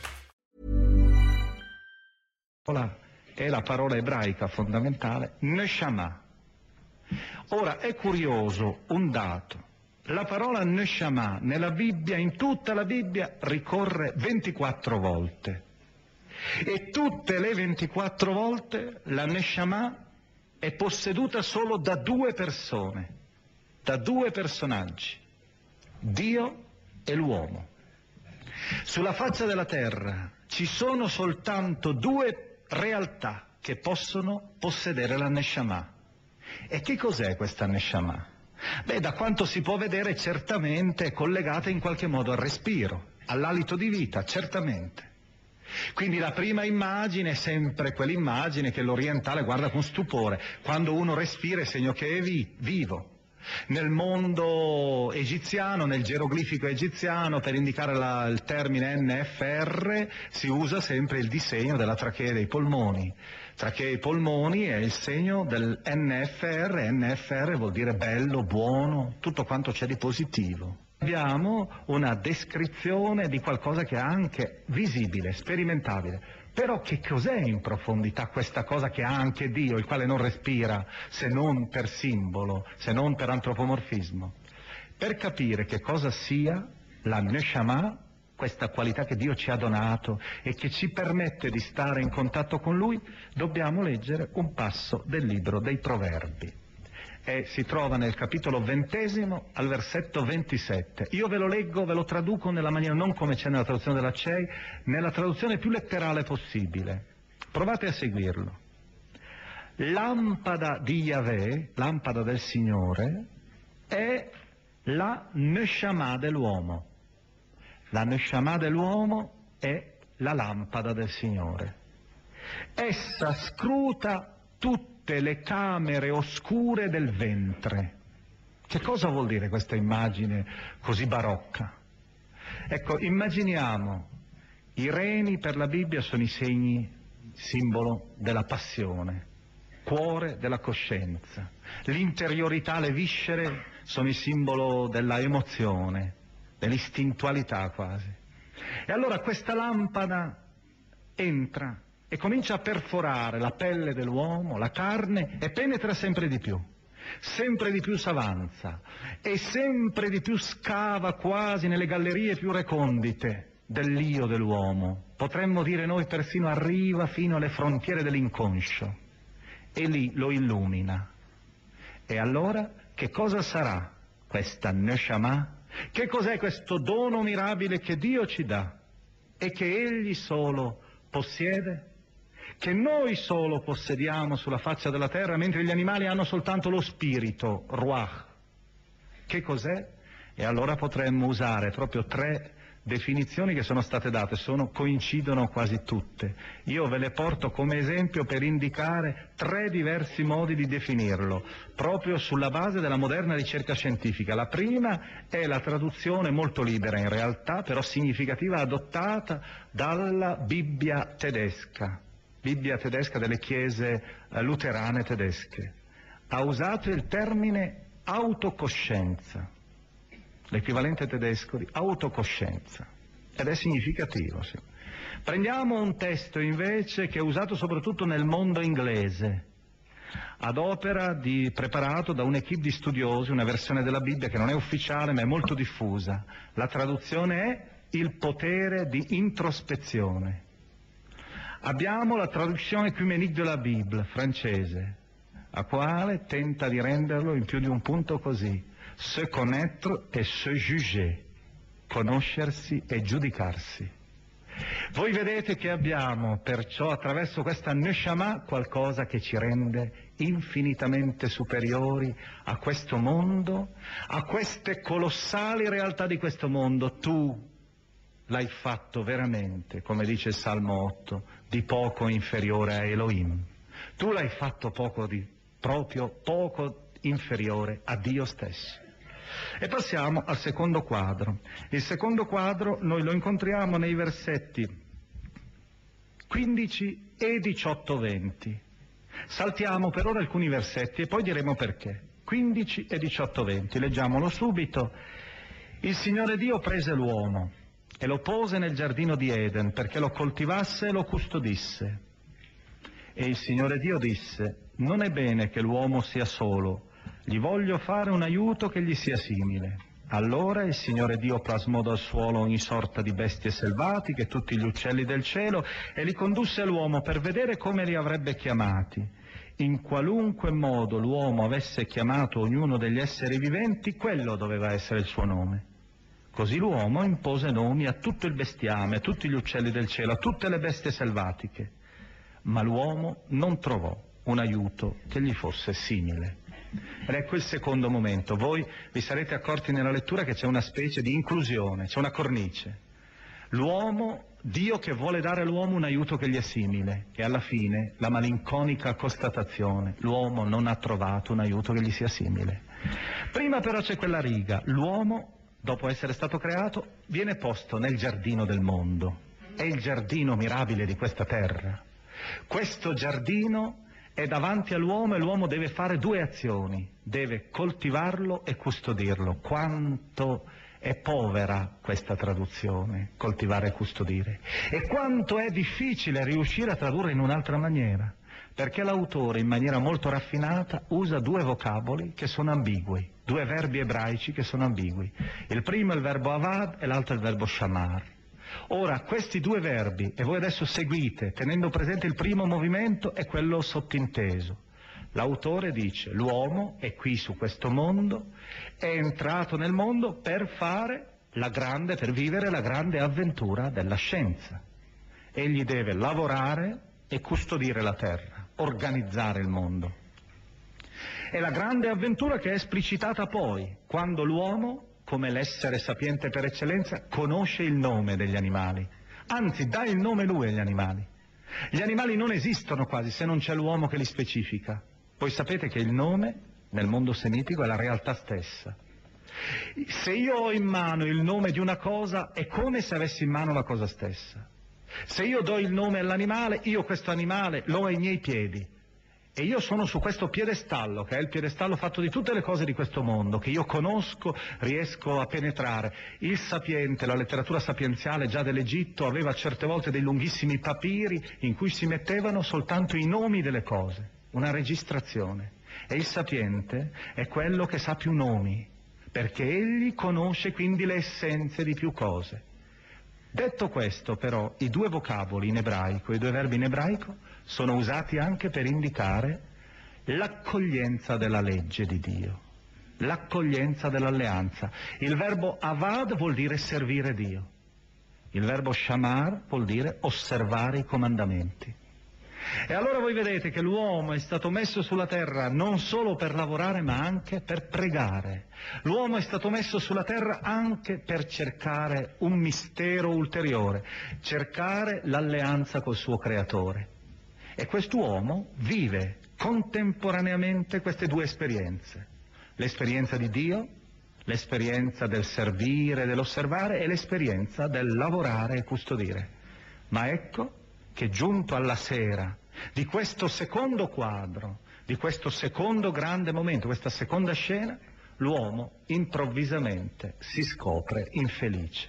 È la parola ebraica fondamentale, neshama. Ora, è curioso un dato. La parola neshama nella Bibbia, in tutta la Bibbia, ricorre 24 volte. E tutte le 24 volte la neshama è posseduta solo da 2 persone, da 2 personaggi, Dio e l'uomo. Sulla faccia della terra ci sono soltanto 2 realtà che possono possedere la neshama. E che cos'è questa neshama? Beh, da quanto si può vedere certamente è collegata in qualche modo al respiro. all'alito di vita, certamente. Quindi la prima immagine è sempre quell'immagine che l'orientale guarda con stupore. Quando uno respira è segno che è vivo. Nel mondo egiziano, nel geroglifico egiziano, per indicare il termine NFR si usa sempre il disegno della trachea dei polmoni. Trachea e polmoni è il segno del NFR. NFR vuol dire bello, buono, tutto quanto c'è di positivo. Abbiamo una descrizione di qualcosa che è anche visibile, sperimentabile. Però che cos'è in profondità questa cosa che ha anche Dio, il quale non respira se non per simbolo, se non per antropomorfismo? Per capire che cosa sia la Neshama, questa qualità che Dio ci ha donato e che ci permette di stare in contatto con Lui, dobbiamo leggere un passo del libro dei Proverbi. Si trova nel capitolo 20 al versetto 27. Io ve lo leggo, ve lo traduco nella maniera non come c'è nella traduzione della CEI, nella traduzione più letterale possibile. Provate a seguirlo. Lampada di Yahweh, lampada del Signore, è la Neshama dell'uomo. La Neshama dell'uomo è la lampada del Signore. Essa scruta tutte le camere oscure del ventre. Che cosa vuol dire questa immagine così barocca? Ecco, immaginiamo, i reni per la Bibbia sono i segni, simbolo della passione, cuore della coscienza. L'interiorità, le viscere sono il simbolo della emozione, dell'istintualità quasi. E allora questa lampada entra e comincia a perforare la pelle dell'uomo, la carne, e penetra sempre di più s'avanza e sempre di più scava quasi nelle gallerie più recondite dell'io dell'uomo. Potremmo dire noi persino arriva fino alle frontiere dell'inconscio e lì lo illumina. E allora che cosa sarà questa Neshama? Che cos'è questo dono mirabile che Dio ci dà e che Egli solo possiede? Che noi solo possediamo sulla faccia della terra, mentre gli animali hanno soltanto lo spirito, ruach. Che cos'è? E allora potremmo usare proprio 3 definizioni che sono state date, coincidono quasi tutte. Io ve le porto come esempio per indicare 3 diversi modi di definirlo, proprio sulla base della moderna ricerca scientifica. La prima è la traduzione molto libera in realtà, però significativa, adottata dalla Bibbia tedesca delle chiese luterane tedesche. Ha usato il termine autocoscienza, l'equivalente tedesco di autocoscienza, ed è significativo. Sì. Prendiamo un testo invece che è usato soprattutto nel mondo inglese, ad opera preparato da un'equipe di studiosi, una versione della Bibbia che non è ufficiale ma è molto diffusa. La traduzione è il potere di introspezione. Abbiamo la traduzione Œcuménique de la Bible francese, a quale tenta di renderlo in più di un punto così: se connaître et se juger, conoscersi e giudicarsi. Voi vedete che abbiamo perciò attraverso questa Neshama qualcosa che ci rende infinitamente superiori a questo mondo, a queste colossali realtà di questo mondo. Tu l'hai fatto veramente, come dice il Salmo 8, di poco inferiore a Elohim. Tu l'hai fatto proprio poco inferiore a Dio stesso. E passiamo al secondo quadro. Il secondo quadro noi lo incontriamo nei versetti 15 e 18-20. Saltiamo per ora alcuni versetti e poi diremo perché. 15 e 18-20, leggiamolo subito. Il Signore Dio prese l'uomo e lo pose nel giardino di Eden perché lo coltivasse e lo custodisse. E il Signore Dio disse: non è bene che l'uomo sia solo, gli voglio fare un aiuto che gli sia simile. Allora il Signore Dio plasmò dal suolo ogni sorta di bestie selvatiche, tutti gli uccelli del cielo, e li condusse all'uomo per vedere come li avrebbe chiamati. In qualunque modo l'uomo avesse chiamato ognuno degli esseri viventi, quello doveva essere il suo nome. Così l'uomo impose nomi a tutto il bestiame, a tutti gli uccelli del cielo, a tutte le bestie selvatiche. Ma l'uomo non trovò un aiuto che gli fosse simile. Ed ecco il secondo momento. Voi vi sarete accorti nella lettura che c'è una specie di inclusione, c'è una cornice. L'uomo, Dio che vuole dare all'uomo un aiuto che gli è simile, e alla fine la malinconica constatazione: l'uomo non ha trovato un aiuto che gli sia simile. Prima però c'è quella riga: l'uomo, dopo essere stato creato, viene posto nel giardino del mondo. È il giardino mirabile di questa terra. Questo giardino è davanti all'uomo e l'uomo deve fare due azioni: deve coltivarlo e custodirlo. Quanto è povera questa traduzione, coltivare e custodire, e quanto è difficile riuscire a tradurre in un'altra maniera, perché l'autore in maniera molto raffinata usa due vocaboli che sono ambigui, due verbi ebraici che sono ambigui. Il primo è il verbo avad e l'altro è il verbo shamar. Ora, questi due verbi, e voi adesso seguite tenendo presente il primo movimento, è quello sottinteso. L'autore dice: l'uomo è qui su questo mondo, è entrato nel mondo per vivere la grande avventura della scienza. Egli deve lavorare e custodire la terra, organizzare il mondo. È la grande avventura che è esplicitata poi, quando l'uomo, come l'essere sapiente per eccellenza, conosce il nome degli animali, anzi dà il nome lui agli animali. Gli animali non esistono quasi se non c'è l'uomo che li specifica. Voi sapete che il nome nel mondo semitico è la realtà stessa. Se io ho in mano il nome di una cosa, è come se avessi in mano la cosa stessa. Se io do il nome all'animale, io questo animale l'ho ai miei piedi, e io sono su questo piedestallo, che è il piedestallo fatto di tutte le cose di questo mondo, che io conosco, riesco a penetrare. Il sapiente, la letteratura sapienziale già dell'Egitto, aveva certe volte dei lunghissimi papiri in cui si mettevano soltanto i nomi delle cose, una registrazione. E il sapiente è quello che sa più nomi, perché egli conosce quindi le essenze di più cose. Detto questo, però, i due vocaboli in ebraico, i due verbi in ebraico, sono usati anche per indicare l'accoglienza della legge di Dio, l'accoglienza dell'alleanza. Il verbo avad vuol dire servire Dio, il verbo shamar vuol dire osservare i comandamenti. E allora voi vedete che l'uomo è stato messo sulla terra non solo per lavorare, ma anche per pregare. L'uomo è stato messo sulla terra anche per cercare un mistero ulteriore, cercare l'alleanza col suo creatore. E quest'uomo vive contemporaneamente queste due esperienze: l'esperienza di Dio, l'esperienza del servire, dell'osservare, e l'esperienza del lavorare e custodire. Ma ecco che giunto alla sera di questo secondo quadro, di questo secondo grande momento, questa seconda scena, l'uomo improvvisamente si scopre infelice.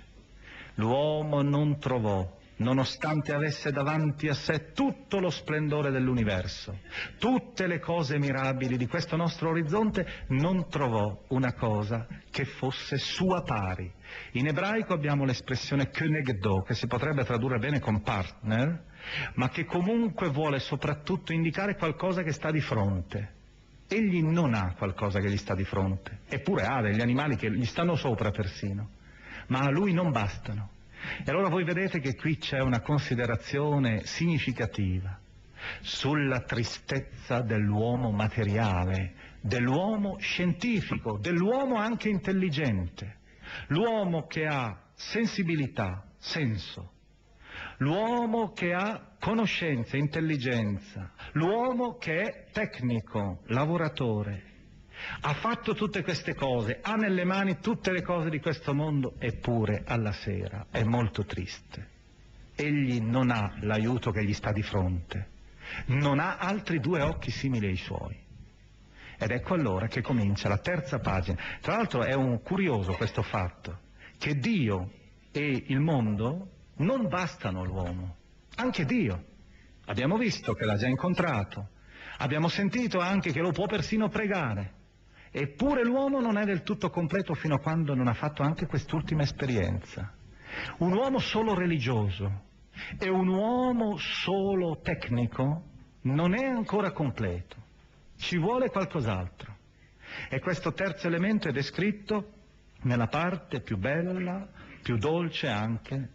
L'uomo non trovò, nonostante avesse davanti a sé tutto lo splendore dell'universo, tutte le cose mirabili di questo nostro orizzonte, non trovò una cosa che fosse sua pari. In ebraico abbiamo l'espressione kenegdo, che si potrebbe tradurre bene con partner, ma che comunque vuole soprattutto indicare qualcosa che sta di fronte. Egli non ha qualcosa che gli sta di fronte, eppure ha degli animali che gli stanno sopra persino, ma a lui non bastano. E allora voi vedete che qui c'è una considerazione significativa sulla tristezza dell'uomo materiale, dell'uomo scientifico, dell'uomo anche intelligente, l'uomo che ha sensibilità, senso, l'uomo che ha conoscenza, intelligenza, l'uomo che è tecnico, lavoratore. Ha fatto tutte queste cose, ha nelle mani tutte le cose di questo mondo, eppure alla sera è molto triste. Egli non ha l'aiuto che gli sta di fronte, non ha altri due occhi simili ai suoi. Ed ecco allora che comincia la terza pagina. Tra l'altro è un curioso questo fatto, che Dio e il mondo non bastano all'uomo, anche Dio. Abbiamo visto che l'ha già incontrato, abbiamo sentito anche che lo può persino pregare. Eppure l'uomo non è del tutto completo fino a quando non ha fatto anche quest'ultima esperienza. Un uomo solo religioso e un uomo solo tecnico non è ancora completo, ci vuole qualcos'altro. E questo terzo elemento è descritto nella parte più bella, più dolce anche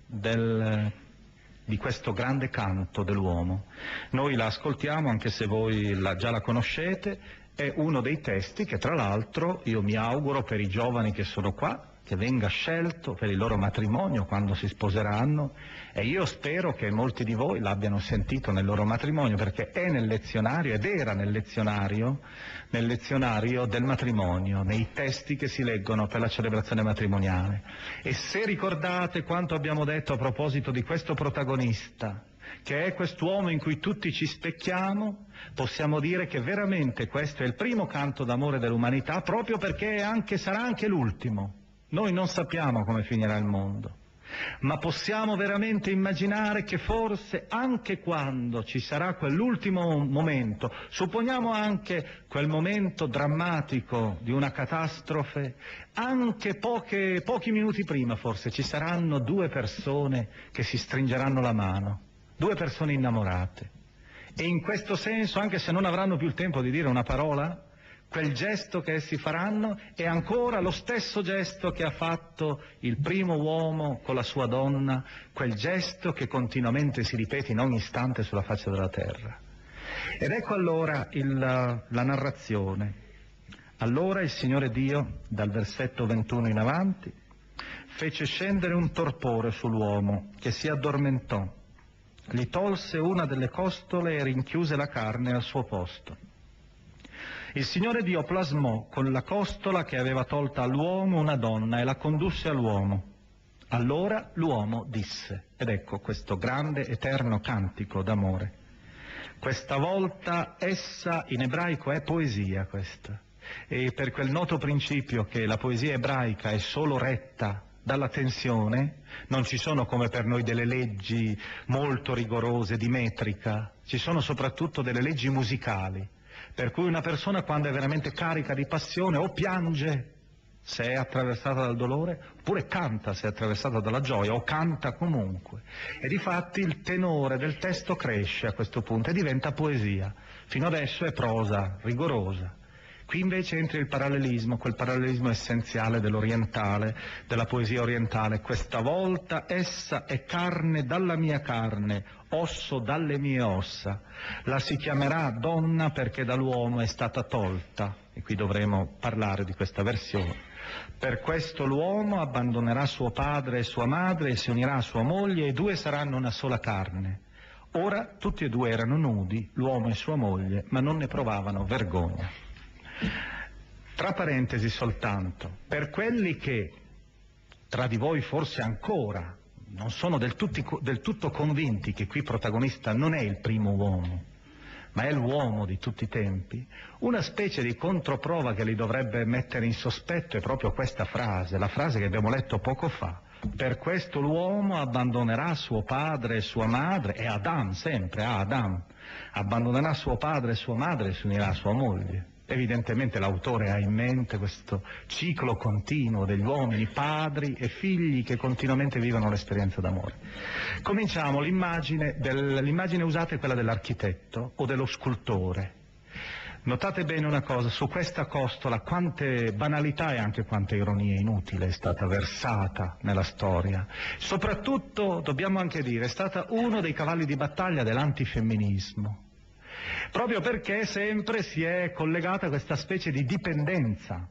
di questo grande canto dell'uomo. Noi la ascoltiamo, anche se voi già la conoscete. È uno dei testi che, tra l'altro, io mi auguro per i giovani che sono qua, che venga scelto per il loro matrimonio quando si sposeranno, e io spero che molti di voi l'abbiano sentito nel loro matrimonio, perché è nel lezionario ed era nel lezionario del matrimonio, nei testi che si leggono per la celebrazione matrimoniale. E se ricordate quanto abbiamo detto a proposito di questo protagonista, che è quest'uomo in cui tutti ci specchiamo, possiamo dire che veramente questo è il primo canto d'amore dell'umanità, proprio perché sarà anche l'ultimo. Noi non sappiamo come finirà il mondo, ma possiamo veramente immaginare che forse anche quando ci sarà quell'ultimo momento, supponiamo anche quel momento drammatico di una catastrofe, anche pochi minuti prima forse ci saranno due persone che si stringeranno la mano, due persone innamorate, e in questo senso, anche se non avranno più il tempo di dire una parola, quel gesto che essi faranno è ancora lo stesso gesto che ha fatto il primo uomo con la sua donna, quel gesto che continuamente si ripete in ogni istante sulla faccia della terra. Ed ecco allora la narrazione. Allora il Signore Dio, dal versetto 21 in avanti, fece scendere un torpore sull'uomo che si addormentò, gli tolse una delle costole e rinchiuse la carne al suo posto. Il Signore Dio plasmò con la costola che aveva tolta all'uomo una donna e la condusse all'uomo. Allora l'uomo disse, ed ecco questo grande eterno cantico d'amore. Questa volta essa in ebraico è poesia questa, e per quel noto principio che la poesia ebraica è solo retta dalla tensione, non ci sono come per noi delle leggi molto rigorose di metrica, ci sono soprattutto delle leggi musicali. Per cui una persona quando è veramente carica di passione o piange se è attraversata dal dolore, oppure canta se è attraversata dalla gioia, o canta comunque. E difatti il tenore del testo cresce a questo punto e diventa poesia. Fino adesso è prosa rigorosa. Qui invece entra il parallelismo, quel parallelismo essenziale dell'orientale, della poesia orientale. Questa volta essa è carne dalla mia carne, osso dalle mie ossa. La si chiamerà donna perché dall'uomo è stata tolta. E qui dovremo parlare di questa versione. Per questo l'uomo abbandonerà suo padre e sua madre e si unirà a sua moglie e i due saranno una sola carne. Ora tutti e due erano nudi, l'uomo e sua moglie, ma non ne provavano vergogna. Tra parentesi soltanto, per quelli che tra di voi forse ancora non sono del tutto convinti che qui protagonista non è il primo uomo, ma è l'uomo di tutti i tempi, una specie di controprova che li dovrebbe mettere in sospetto è proprio questa frase, la frase che abbiamo letto poco fa. Per questo l'uomo abbandonerà suo padre e sua madre, e Adam sempre, Adam, abbandonerà suo padre e sua madre e si unirà a sua moglie. Evidentemente l'autore ha in mente questo ciclo continuo degli uomini, padri e figli che continuamente vivono l'esperienza d'amore. Cominciamo, l'immagine usata è quella dell'architetto o dello scultore. Notate bene una cosa, su questa costola quante banalità e anche quante ironia inutile è stata versata nella storia. Soprattutto, dobbiamo anche dire, è stata uno dei cavalli di battaglia dell'antifemminismo. Proprio perché sempre si è collegata a questa specie di dipendenza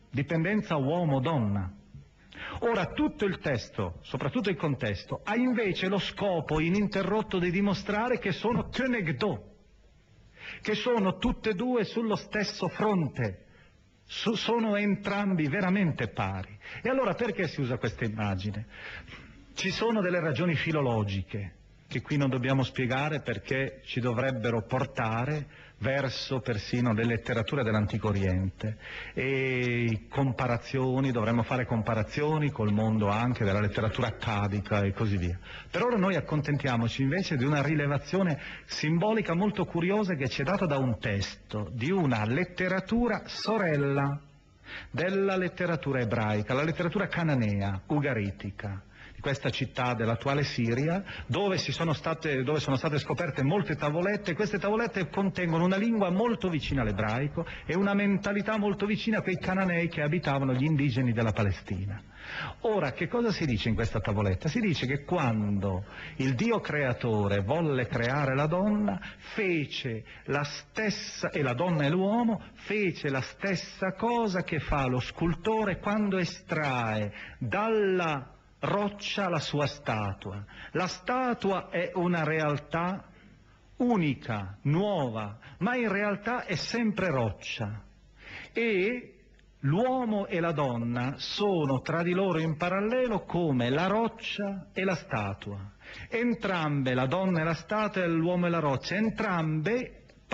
uomo-donna. Ora tutto il testo, soprattutto il contesto, ha invece lo scopo ininterrotto di dimostrare che sono kenegdo, che sono tutte e due sullo stesso fronte, sono entrambi veramente pari. E allora perché si usa questa immagine? Ci sono delle ragioni filologiche che qui non dobbiamo spiegare perché ci dovrebbero portare verso persino le letterature dell'Antico Oriente e comparazioni, dovremmo fare comparazioni col mondo anche della letteratura accadica e così via. Per ora noi accontentiamoci invece di una rilevazione simbolica molto curiosa che ci è data da un testo di una letteratura sorella della letteratura ebraica, la letteratura cananea, ugaritica. questa città dell'attuale Siria, dove sono state scoperte molte tavolette. Queste tavolette contengono una lingua molto vicina all'ebraico e una mentalità molto vicina a quei cananei che abitavano gli indigeni della Palestina. Ora, che cosa si dice in questa tavoletta? Si dice che quando il Dio creatore volle creare la donna, fece la stessa, e la donna e l'uomo, fece la stessa cosa che fa lo scultore quando estrae dalla roccia la sua statua. La statua è una realtà unica, nuova, ma in realtà è sempre roccia. E l'uomo e la donna sono tra di loro in parallelo come la roccia e la statua. Entrambe, la donna e la statua, e l'uomo e la roccia, entrambi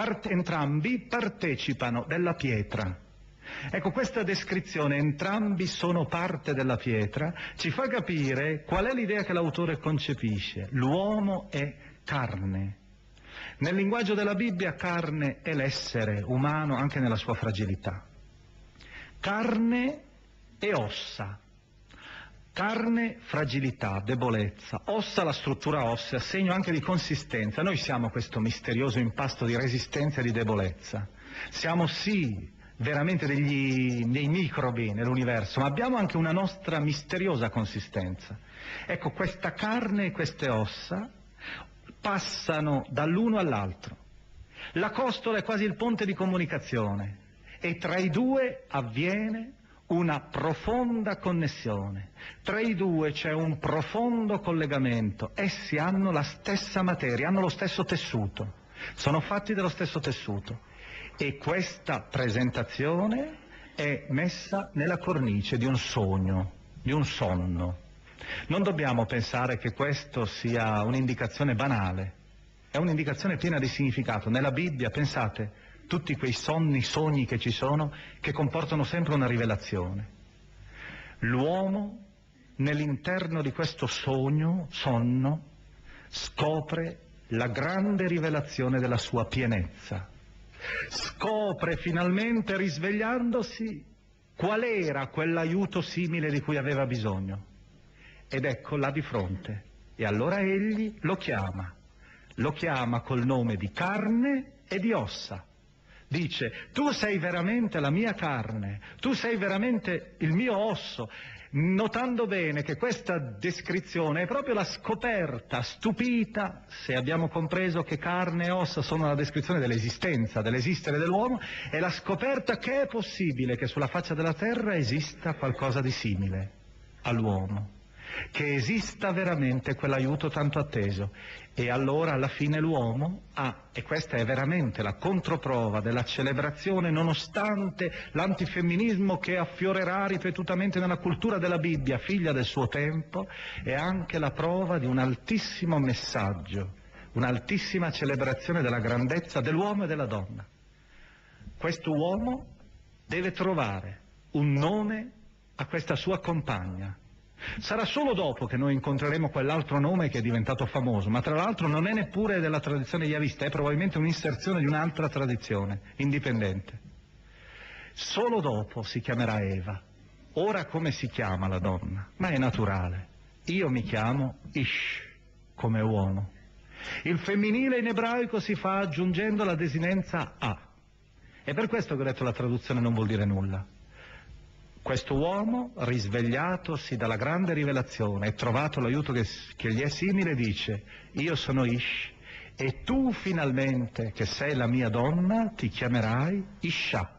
partecipano della pietra. Ecco, questa descrizione, entrambi sono parte della pietra, ci fa capire qual è l'idea che l'autore concepisce. L'uomo è carne. Nel linguaggio della Bibbia carne è l'essere umano anche nella sua fragilità. Carne e ossa. Carne, fragilità, debolezza. Ossa, la struttura ossea, segno anche di consistenza. Noi siamo questo misterioso impasto di resistenza e di debolezza. Siamo sì veramente dei microbi nell'universo, ma abbiamo anche una nostra misteriosa consistenza. Ecco, questa carne e queste ossa passano dall'uno all'altro. La costola è quasi il ponte di comunicazione e tra i due avviene una profonda connessione. Tra i due c'è un profondo collegamento. Essi hanno la stessa materia, hanno lo stesso tessuto, sono fatti dello stesso tessuto. E questa presentazione è messa nella cornice di un sogno, di un sonno. Non dobbiamo pensare che questo sia un'indicazione banale, è un'indicazione piena di significato. Nella Bibbia, pensate, tutti quei sogni che ci sono, che comportano sempre una rivelazione. L'uomo, nell'interno di questo sonno, scopre la grande rivelazione della sua pienezza. Scopre finalmente, risvegliandosi, qual era quell'aiuto simile di cui aveva bisogno. Ed ecco là di fronte. E allora egli lo chiama col nome di carne e di ossa. Dice: tu sei veramente la mia carne, tu sei veramente il mio osso. Notando bene che questa descrizione è proprio la scoperta stupita, se abbiamo compreso che carne e ossa sono la descrizione dell'esistenza, dell'esistere dell'uomo, è la scoperta che è possibile che sulla faccia della terra esista qualcosa di simile all'uomo, che esista veramente quell'aiuto tanto atteso. E allora alla fine l'uomo ha, e questa è veramente la controprova della celebrazione, nonostante l'antifemminismo che affiorerà ripetutamente nella cultura della Bibbia, figlia del suo tempo, è anche la prova di un altissimo messaggio, un'altissima celebrazione della grandezza dell'uomo e della donna. Questo uomo deve trovare un nome a questa sua compagna. Sarà solo dopo che noi incontreremo quell'altro nome che è diventato famoso, ma tra l'altro non è neppure della tradizione yavista, è probabilmente un'inserzione di un'altra tradizione, indipendente. Solo dopo si chiamerà Eva. Ora come si chiama la donna? Ma è naturale. Io mi chiamo Ish, come uomo. Il femminile in ebraico si fa aggiungendo la desinenza A. E per questo che ho detto la traduzione non vuol dire nulla. Questo uomo, risvegliatosi dalla grande rivelazione e trovato l'aiuto che gli è simile, dice: io sono Ish e tu finalmente, che sei la mia donna, ti chiamerai Isha.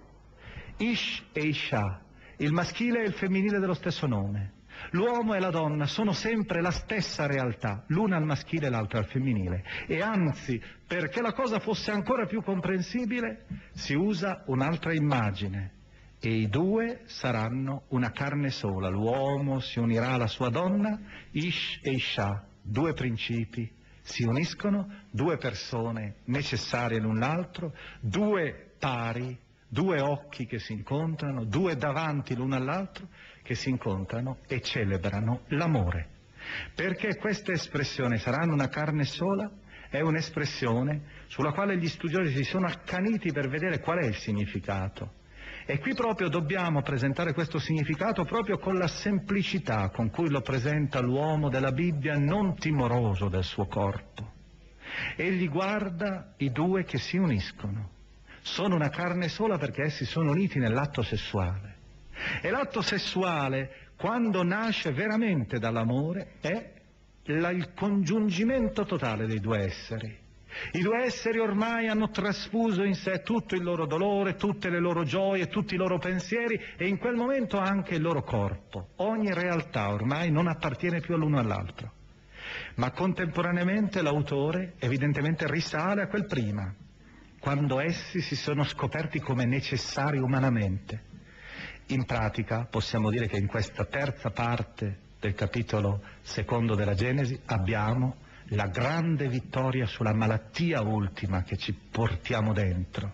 Ish e Isha, il maschile e il femminile dello stesso nome. L'uomo e la donna sono sempre la stessa realtà, l'una al maschile e l'altra al femminile. E anzi, perché la cosa fosse ancora più comprensibile, si usa un'altra immagine. E i due saranno una carne sola. L'uomo si unirà alla sua donna, Ish e Isha, due principi, si uniscono, due persone necessarie l'un l'altro, due pari, due occhi che si incontrano, due davanti l'uno all'altro che si incontrano e celebrano l'amore. Perché questa espressione, saranno una carne sola, è un'espressione sulla quale gli studiosi si sono accaniti per vedere qual è il significato. E qui proprio dobbiamo presentare questo significato proprio con la semplicità con cui lo presenta l'uomo della Bibbia, non timoroso del suo corpo. Egli guarda i due che si uniscono. Sono una carne sola perché essi sono uniti nell'atto sessuale. E l'atto sessuale, quando nasce veramente dall'amore, è il congiungimento totale dei due esseri. I due esseri ormai hanno trasfuso in sé tutto il loro dolore, tutte le loro gioie, tutti i loro pensieri e in quel momento anche il loro corpo. Ogni realtà ormai non appartiene più all'uno all'altro. Ma contemporaneamente l'autore evidentemente risale a quel prima, quando essi si sono scoperti come necessari umanamente. In pratica possiamo dire che in questa terza parte del capitolo secondo della Genesi abbiamo la grande vittoria sulla malattia ultima che ci portiamo dentro.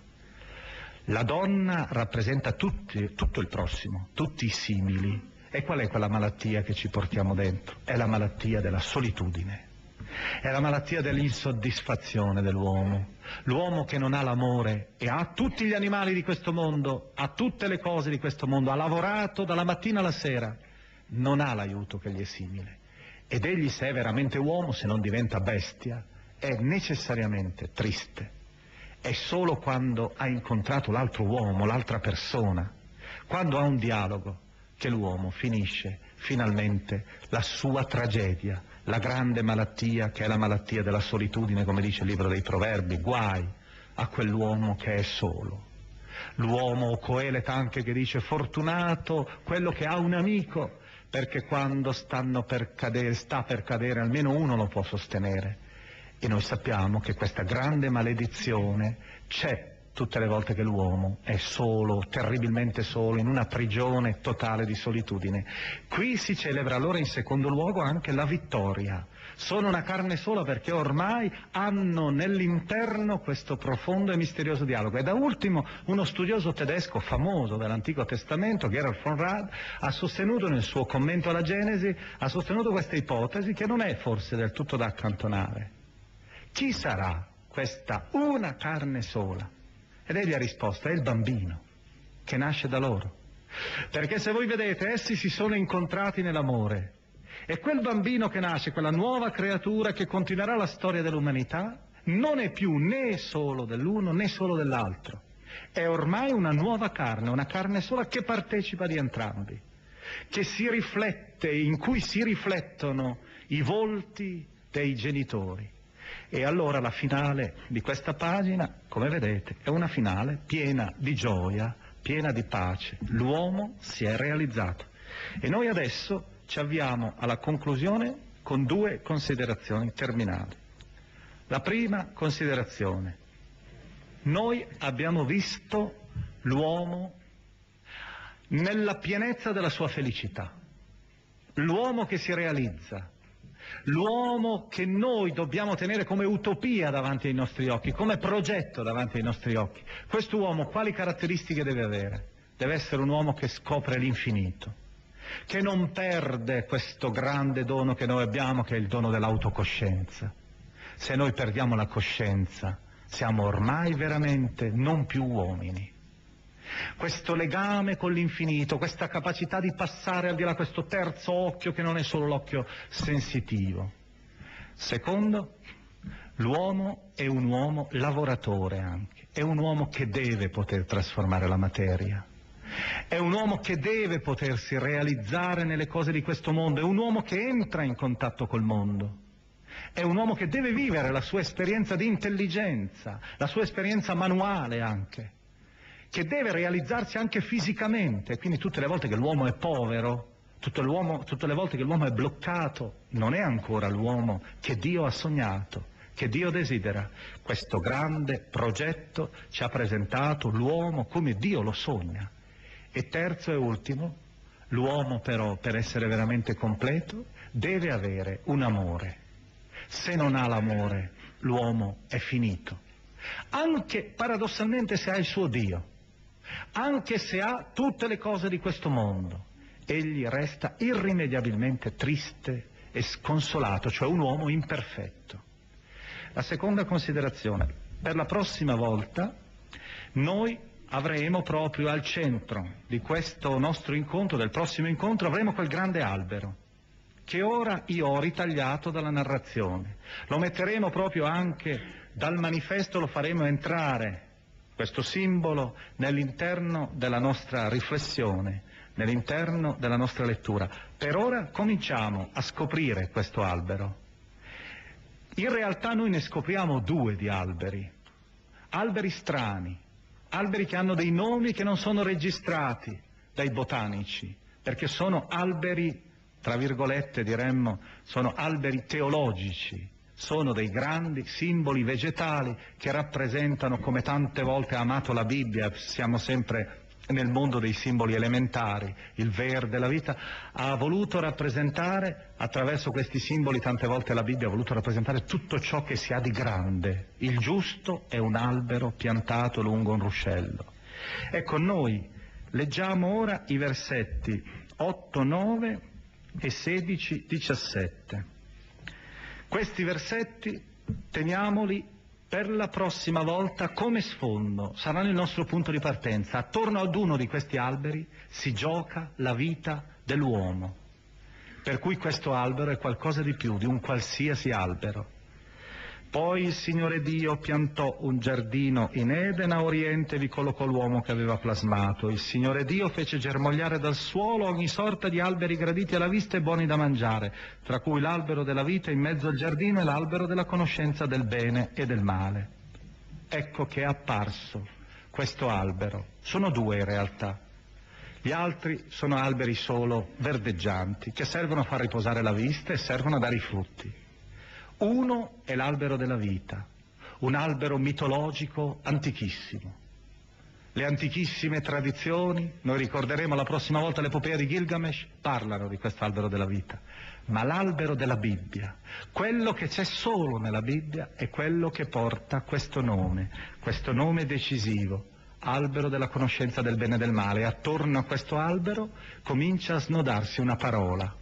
La donna rappresenta tutto il prossimo, tutti i simili. E qual è quella malattia che ci portiamo dentro? È la malattia della solitudine, è la malattia dell'insoddisfazione dell'uomo. L'uomo che non ha l'amore e ha tutti gli animali di questo mondo, ha tutte le cose di questo mondo, ha lavorato dalla mattina alla sera, non ha l'aiuto che gli è simile. Ed egli, se è veramente uomo, se non diventa bestia, è necessariamente triste. È solo quando ha incontrato l'altro uomo, l'altra persona, quando ha un dialogo, che l'uomo finisce finalmente la sua tragedia, la grande malattia che è la malattia della solitudine, come dice il libro dei Proverbi. Guai a quell'uomo che è solo. L'uomo, Coelet anche, che dice fortunato quello che ha un amico, perché quando sta per cadere almeno uno lo può sostenere. E noi sappiamo che questa grande maledizione c'è tutte le volte che l'uomo è solo, terribilmente solo, in una prigione totale di solitudine. Qui si celebra allora in secondo luogo anche la vittoria. Sono una carne sola perché ormai hanno nell'interno questo profondo e misterioso dialogo. E da ultimo uno studioso tedesco famoso dell'Antico Testamento, Gerhard von Rad, ha sostenuto nel suo commento alla Genesi, ha sostenuto questa ipotesi che non è forse del tutto da accantonare. Chi sarà questa una carne sola? Ed egli ha risposto, è il bambino che nasce da loro. Perché se voi vedete, essi si sono incontrati nell'amore. E quel bambino che nasce, quella nuova creatura che continuerà la storia dell'umanità, non è più né solo dell'uno né solo dell'altro. È ormai una nuova carne, una carne sola che partecipa di entrambi, che si riflette, in cui si riflettono i volti dei genitori. E allora la finale di questa pagina, come vedete, è una finale piena di gioia, piena di pace. L'uomo si è realizzato. E noi adesso ci avviamo alla conclusione con due considerazioni terminali. La prima considerazione: noi abbiamo visto l'uomo nella pienezza della sua felicità, l'uomo che si realizza, l'uomo che noi dobbiamo tenere come utopia davanti ai nostri occhi, come progetto davanti ai nostri occhi. Quest'uomo quali caratteristiche deve avere? Deve essere un uomo che scopre l'infinito, che non perde questo grande dono che noi abbiamo, che è il dono dell'autocoscienza. Se noi perdiamo la coscienza, siamo ormai veramente non più uomini. Questo legame con l'infinito, questa capacità di passare al di là, questo terzo occhio che non è solo l'occhio sensitivo. Secondo, l'uomo è un uomo lavoratore anche, è un uomo che deve poter trasformare la materia, è un uomo che deve potersi realizzare nelle cose di questo mondo, è un uomo che entra in contatto col mondo, è un uomo che deve vivere la sua esperienza di intelligenza, la sua esperienza manuale anche, che deve realizzarsi anche fisicamente. Quindi tutte le volte che l'uomo è povero, tutte le volte che l'uomo è bloccato, non è ancora l'uomo che Dio ha sognato, che Dio desidera. Questo grande progetto ci ha presentato l'uomo come Dio lo sogna. E terzo e ultimo, l'uomo però, per essere veramente completo, deve avere un amore. Se non ha l'amore, l'uomo è finito. Anche paradossalmente se ha il suo Dio, anche se ha tutte le cose di questo mondo, egli resta irrimediabilmente triste e sconsolato, cioè un uomo imperfetto. La seconda considerazione: per la prossima volta noi avremo proprio al centro di questo nostro incontro, del prossimo incontro, avremo quel grande albero che ora io ho ritagliato dalla narrazione. Lo metteremo proprio anche dal manifesto, lo faremo entrare, questo simbolo, nell'interno della nostra riflessione, nell'interno della nostra lettura. Per ora cominciamo a scoprire questo albero. In realtà noi ne scopriamo due di alberi strani, alberi che hanno dei nomi che non sono registrati dai botanici, perché sono alberi, tra virgolette diremmo, sono alberi teologici, sono dei grandi simboli vegetali che rappresentano, come tante volte ha amato la Bibbia, siamo sempre nel mondo dei simboli elementari, il verde, la vita, ha voluto rappresentare, attraverso questi simboli tante volte la Bibbia ha voluto rappresentare tutto ciò che si ha di grande. Il giusto è un albero piantato lungo un ruscello. Ecco, noi leggiamo ora i versetti 8, 9 e 16, 17. Questi versetti teniamoli per la prossima volta come sfondo, saranno il nostro punto di partenza. Attorno ad uno di questi alberi si gioca la vita dell'uomo, per cui questo albero è qualcosa di più di un qualsiasi albero. Poi il Signore Dio piantò un giardino in Eden, a oriente vi collocò l'uomo che aveva plasmato. Il Signore Dio fece germogliare dal suolo ogni sorta di alberi graditi alla vista e buoni da mangiare, tra cui l'albero della vita in mezzo al giardino e l'albero della conoscenza del bene e del male. Ecco che è apparso questo albero. Sono due in realtà. Gli altri sono alberi solo verdeggianti, che servono a far riposare la vista e servono a dare i frutti. Uno è l'albero della vita, un albero mitologico antichissimo. Le antichissime tradizioni, noi ricorderemo la prossima volta l'epopea di Gilgamesh, parlano di questo albero della vita. Ma l'albero della Bibbia, quello che c'è solo nella Bibbia, è quello che porta questo nome decisivo, albero della conoscenza del bene e del male. E attorno a questo albero comincia a snodarsi una parola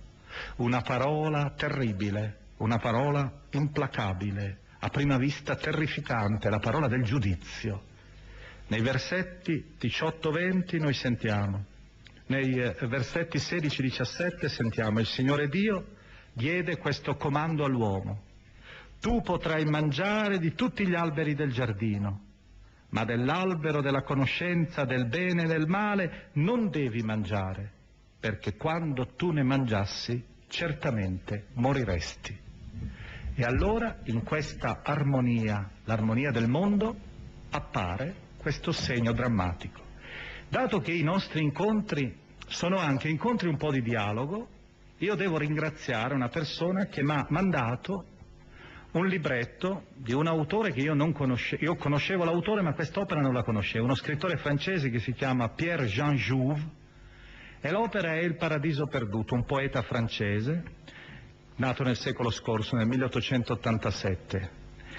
terribile, una parola implacabile, a prima vista terrificante, la parola del giudizio. Nei versetti 18-20 noi sentiamo, nei versetti 16-17 sentiamo: il Signore Dio diede questo comando all'uomo: tu potrai mangiare di tutti gli alberi del giardino, ma dell'albero della conoscenza del bene e del male non devi mangiare, perché quando tu ne mangiassi certamente moriresti. E allora in questa armonia, l'armonia del mondo, appare questo segno drammatico. Dato che i nostri incontri sono anche incontri un po' di dialogo, io devo ringraziare una persona che mi ha mandato un libretto di un autore che io non conoscevo. Io conoscevo l'autore, ma quest'opera non la conoscevo, uno scrittore francese che si chiama Pierre-Jean Jouve, e l'opera è Il Paradiso perduto, un poeta francese nato nel secolo scorso, nel 1887.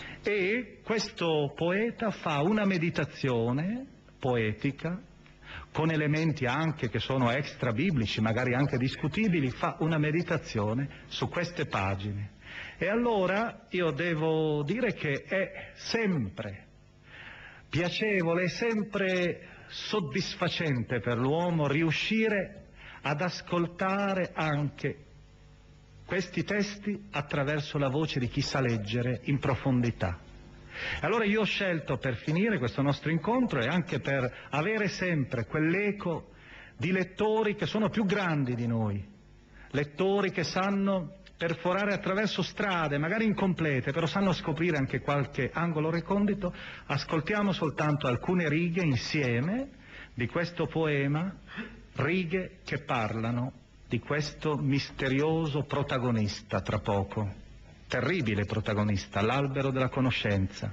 E questo poeta fa una meditazione poetica con elementi anche che sono extra biblici, magari anche discutibili, fa una meditazione su queste pagine. E allora io devo dire che è sempre piacevole, è sempre soddisfacente per l'uomo riuscire ad ascoltare anche questi testi attraverso la voce di chi sa leggere in profondità. Allora io ho scelto, per finire questo nostro incontro e anche per avere sempre quell'eco di lettori che sono più grandi di noi, lettori che sanno perforare attraverso strade magari incomplete, però sanno scoprire anche qualche angolo recondito. Ascoltiamo soltanto alcune righe insieme di questo poema, righe che parlano di questo misterioso protagonista tra poco, terribile protagonista, l'albero della conoscenza.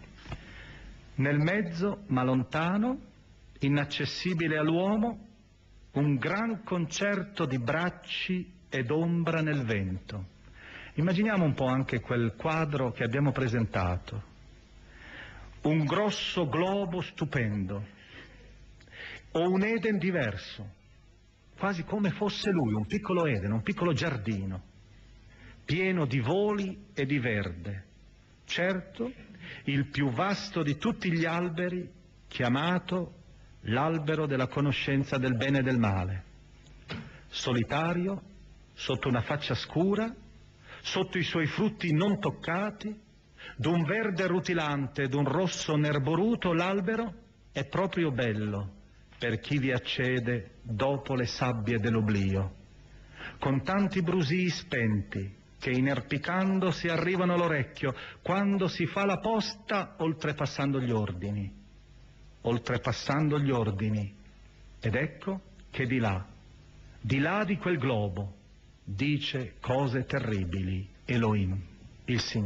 Nel mezzo, ma lontano, inaccessibile all'uomo, un gran concerto di bracci ed ombra nel vento. Immaginiamo un po' anche quel quadro che abbiamo presentato. Un grosso globo stupendo, o un Eden diverso, quasi come fosse lui, un piccolo Eden, un piccolo giardino, pieno di voli e di verde. Certo, il più vasto di tutti gli alberi, chiamato l'albero della conoscenza del bene e del male, solitario, sotto una faccia scura, sotto i suoi frutti non toccati, d'un verde rutilante, d'un rosso nerboruto, l'albero è proprio bello per chi vi accede dopo le sabbie dell'oblio, con tanti brusii spenti che inerpicando si arrivano all'orecchio quando si fa la posta oltrepassando gli ordini, ed ecco che di là di quel globo, dice cose terribili Elohim, il Signore.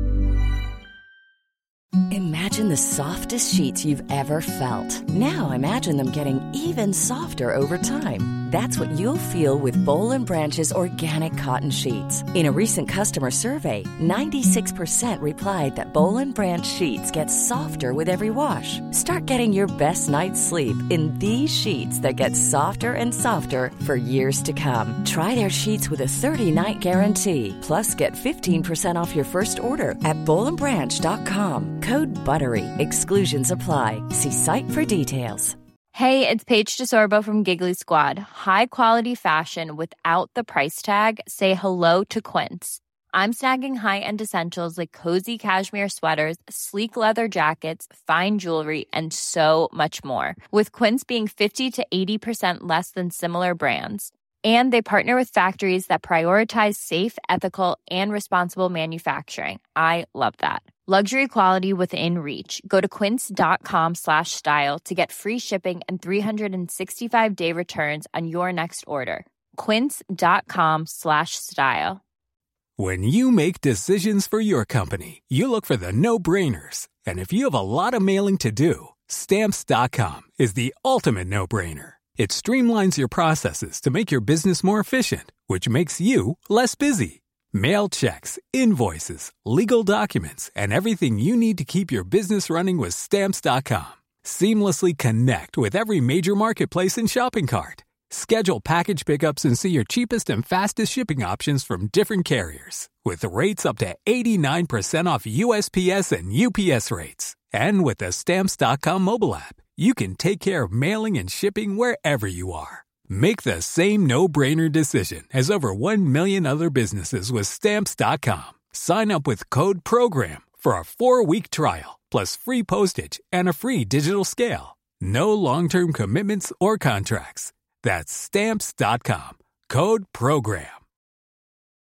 Imagine the softest sheets you've ever felt. Now imagine them getting even softer over time. That's what you'll feel with Boll & Branch's organic cotton sheets. In a recent customer survey, 96% replied that Boll & Branch sheets get softer with every wash. Start getting your best night's sleep in these sheets that get softer and softer for years to come. Try their sheets with a 30-night guarantee. Plus, get 15% off your first order at bollandbranch.com. Code BUTTERY. Exclusions apply. See site for details. Hey, it's Paige DeSorbo from Giggly Squad. High quality fashion without the price tag. Say hello to Quince. I'm snagging high-end essentials like cozy cashmere sweaters, sleek leather jackets, fine jewelry, and so much more. With Quince being 50 to 80% less than similar brands. And they partner with factories that prioritize safe, ethical, and responsible manufacturing. I love that. Luxury quality within reach. Go to quince.com/style to get free shipping and 365-day returns on your next order. Quince.com/style. When you make decisions for your company, you look for the no-brainers. And if you have a lot of mailing to do, Stamps.com is the ultimate no-brainer. It streamlines your processes to make your business more efficient, which makes you less busy. Mail checks, invoices, legal documents, and everything you need to keep your business running with Stamps.com. Seamlessly connect with every major marketplace and shopping cart. Schedule package pickups and see your cheapest and fastest shipping options from different carriers, with rates up to 89% off USPS and UPS rates. And with the Stamps.com mobile app, you can take care of mailing and shipping wherever you are. Make the same no-brainer decision as over 1 million other businesses with Stamps.com. Sign up with code PROGRAM for a 4-week trial, plus free postage and a free digital scale. No long-term commitments or contracts. That's Stamps.com. Code PROGRAM.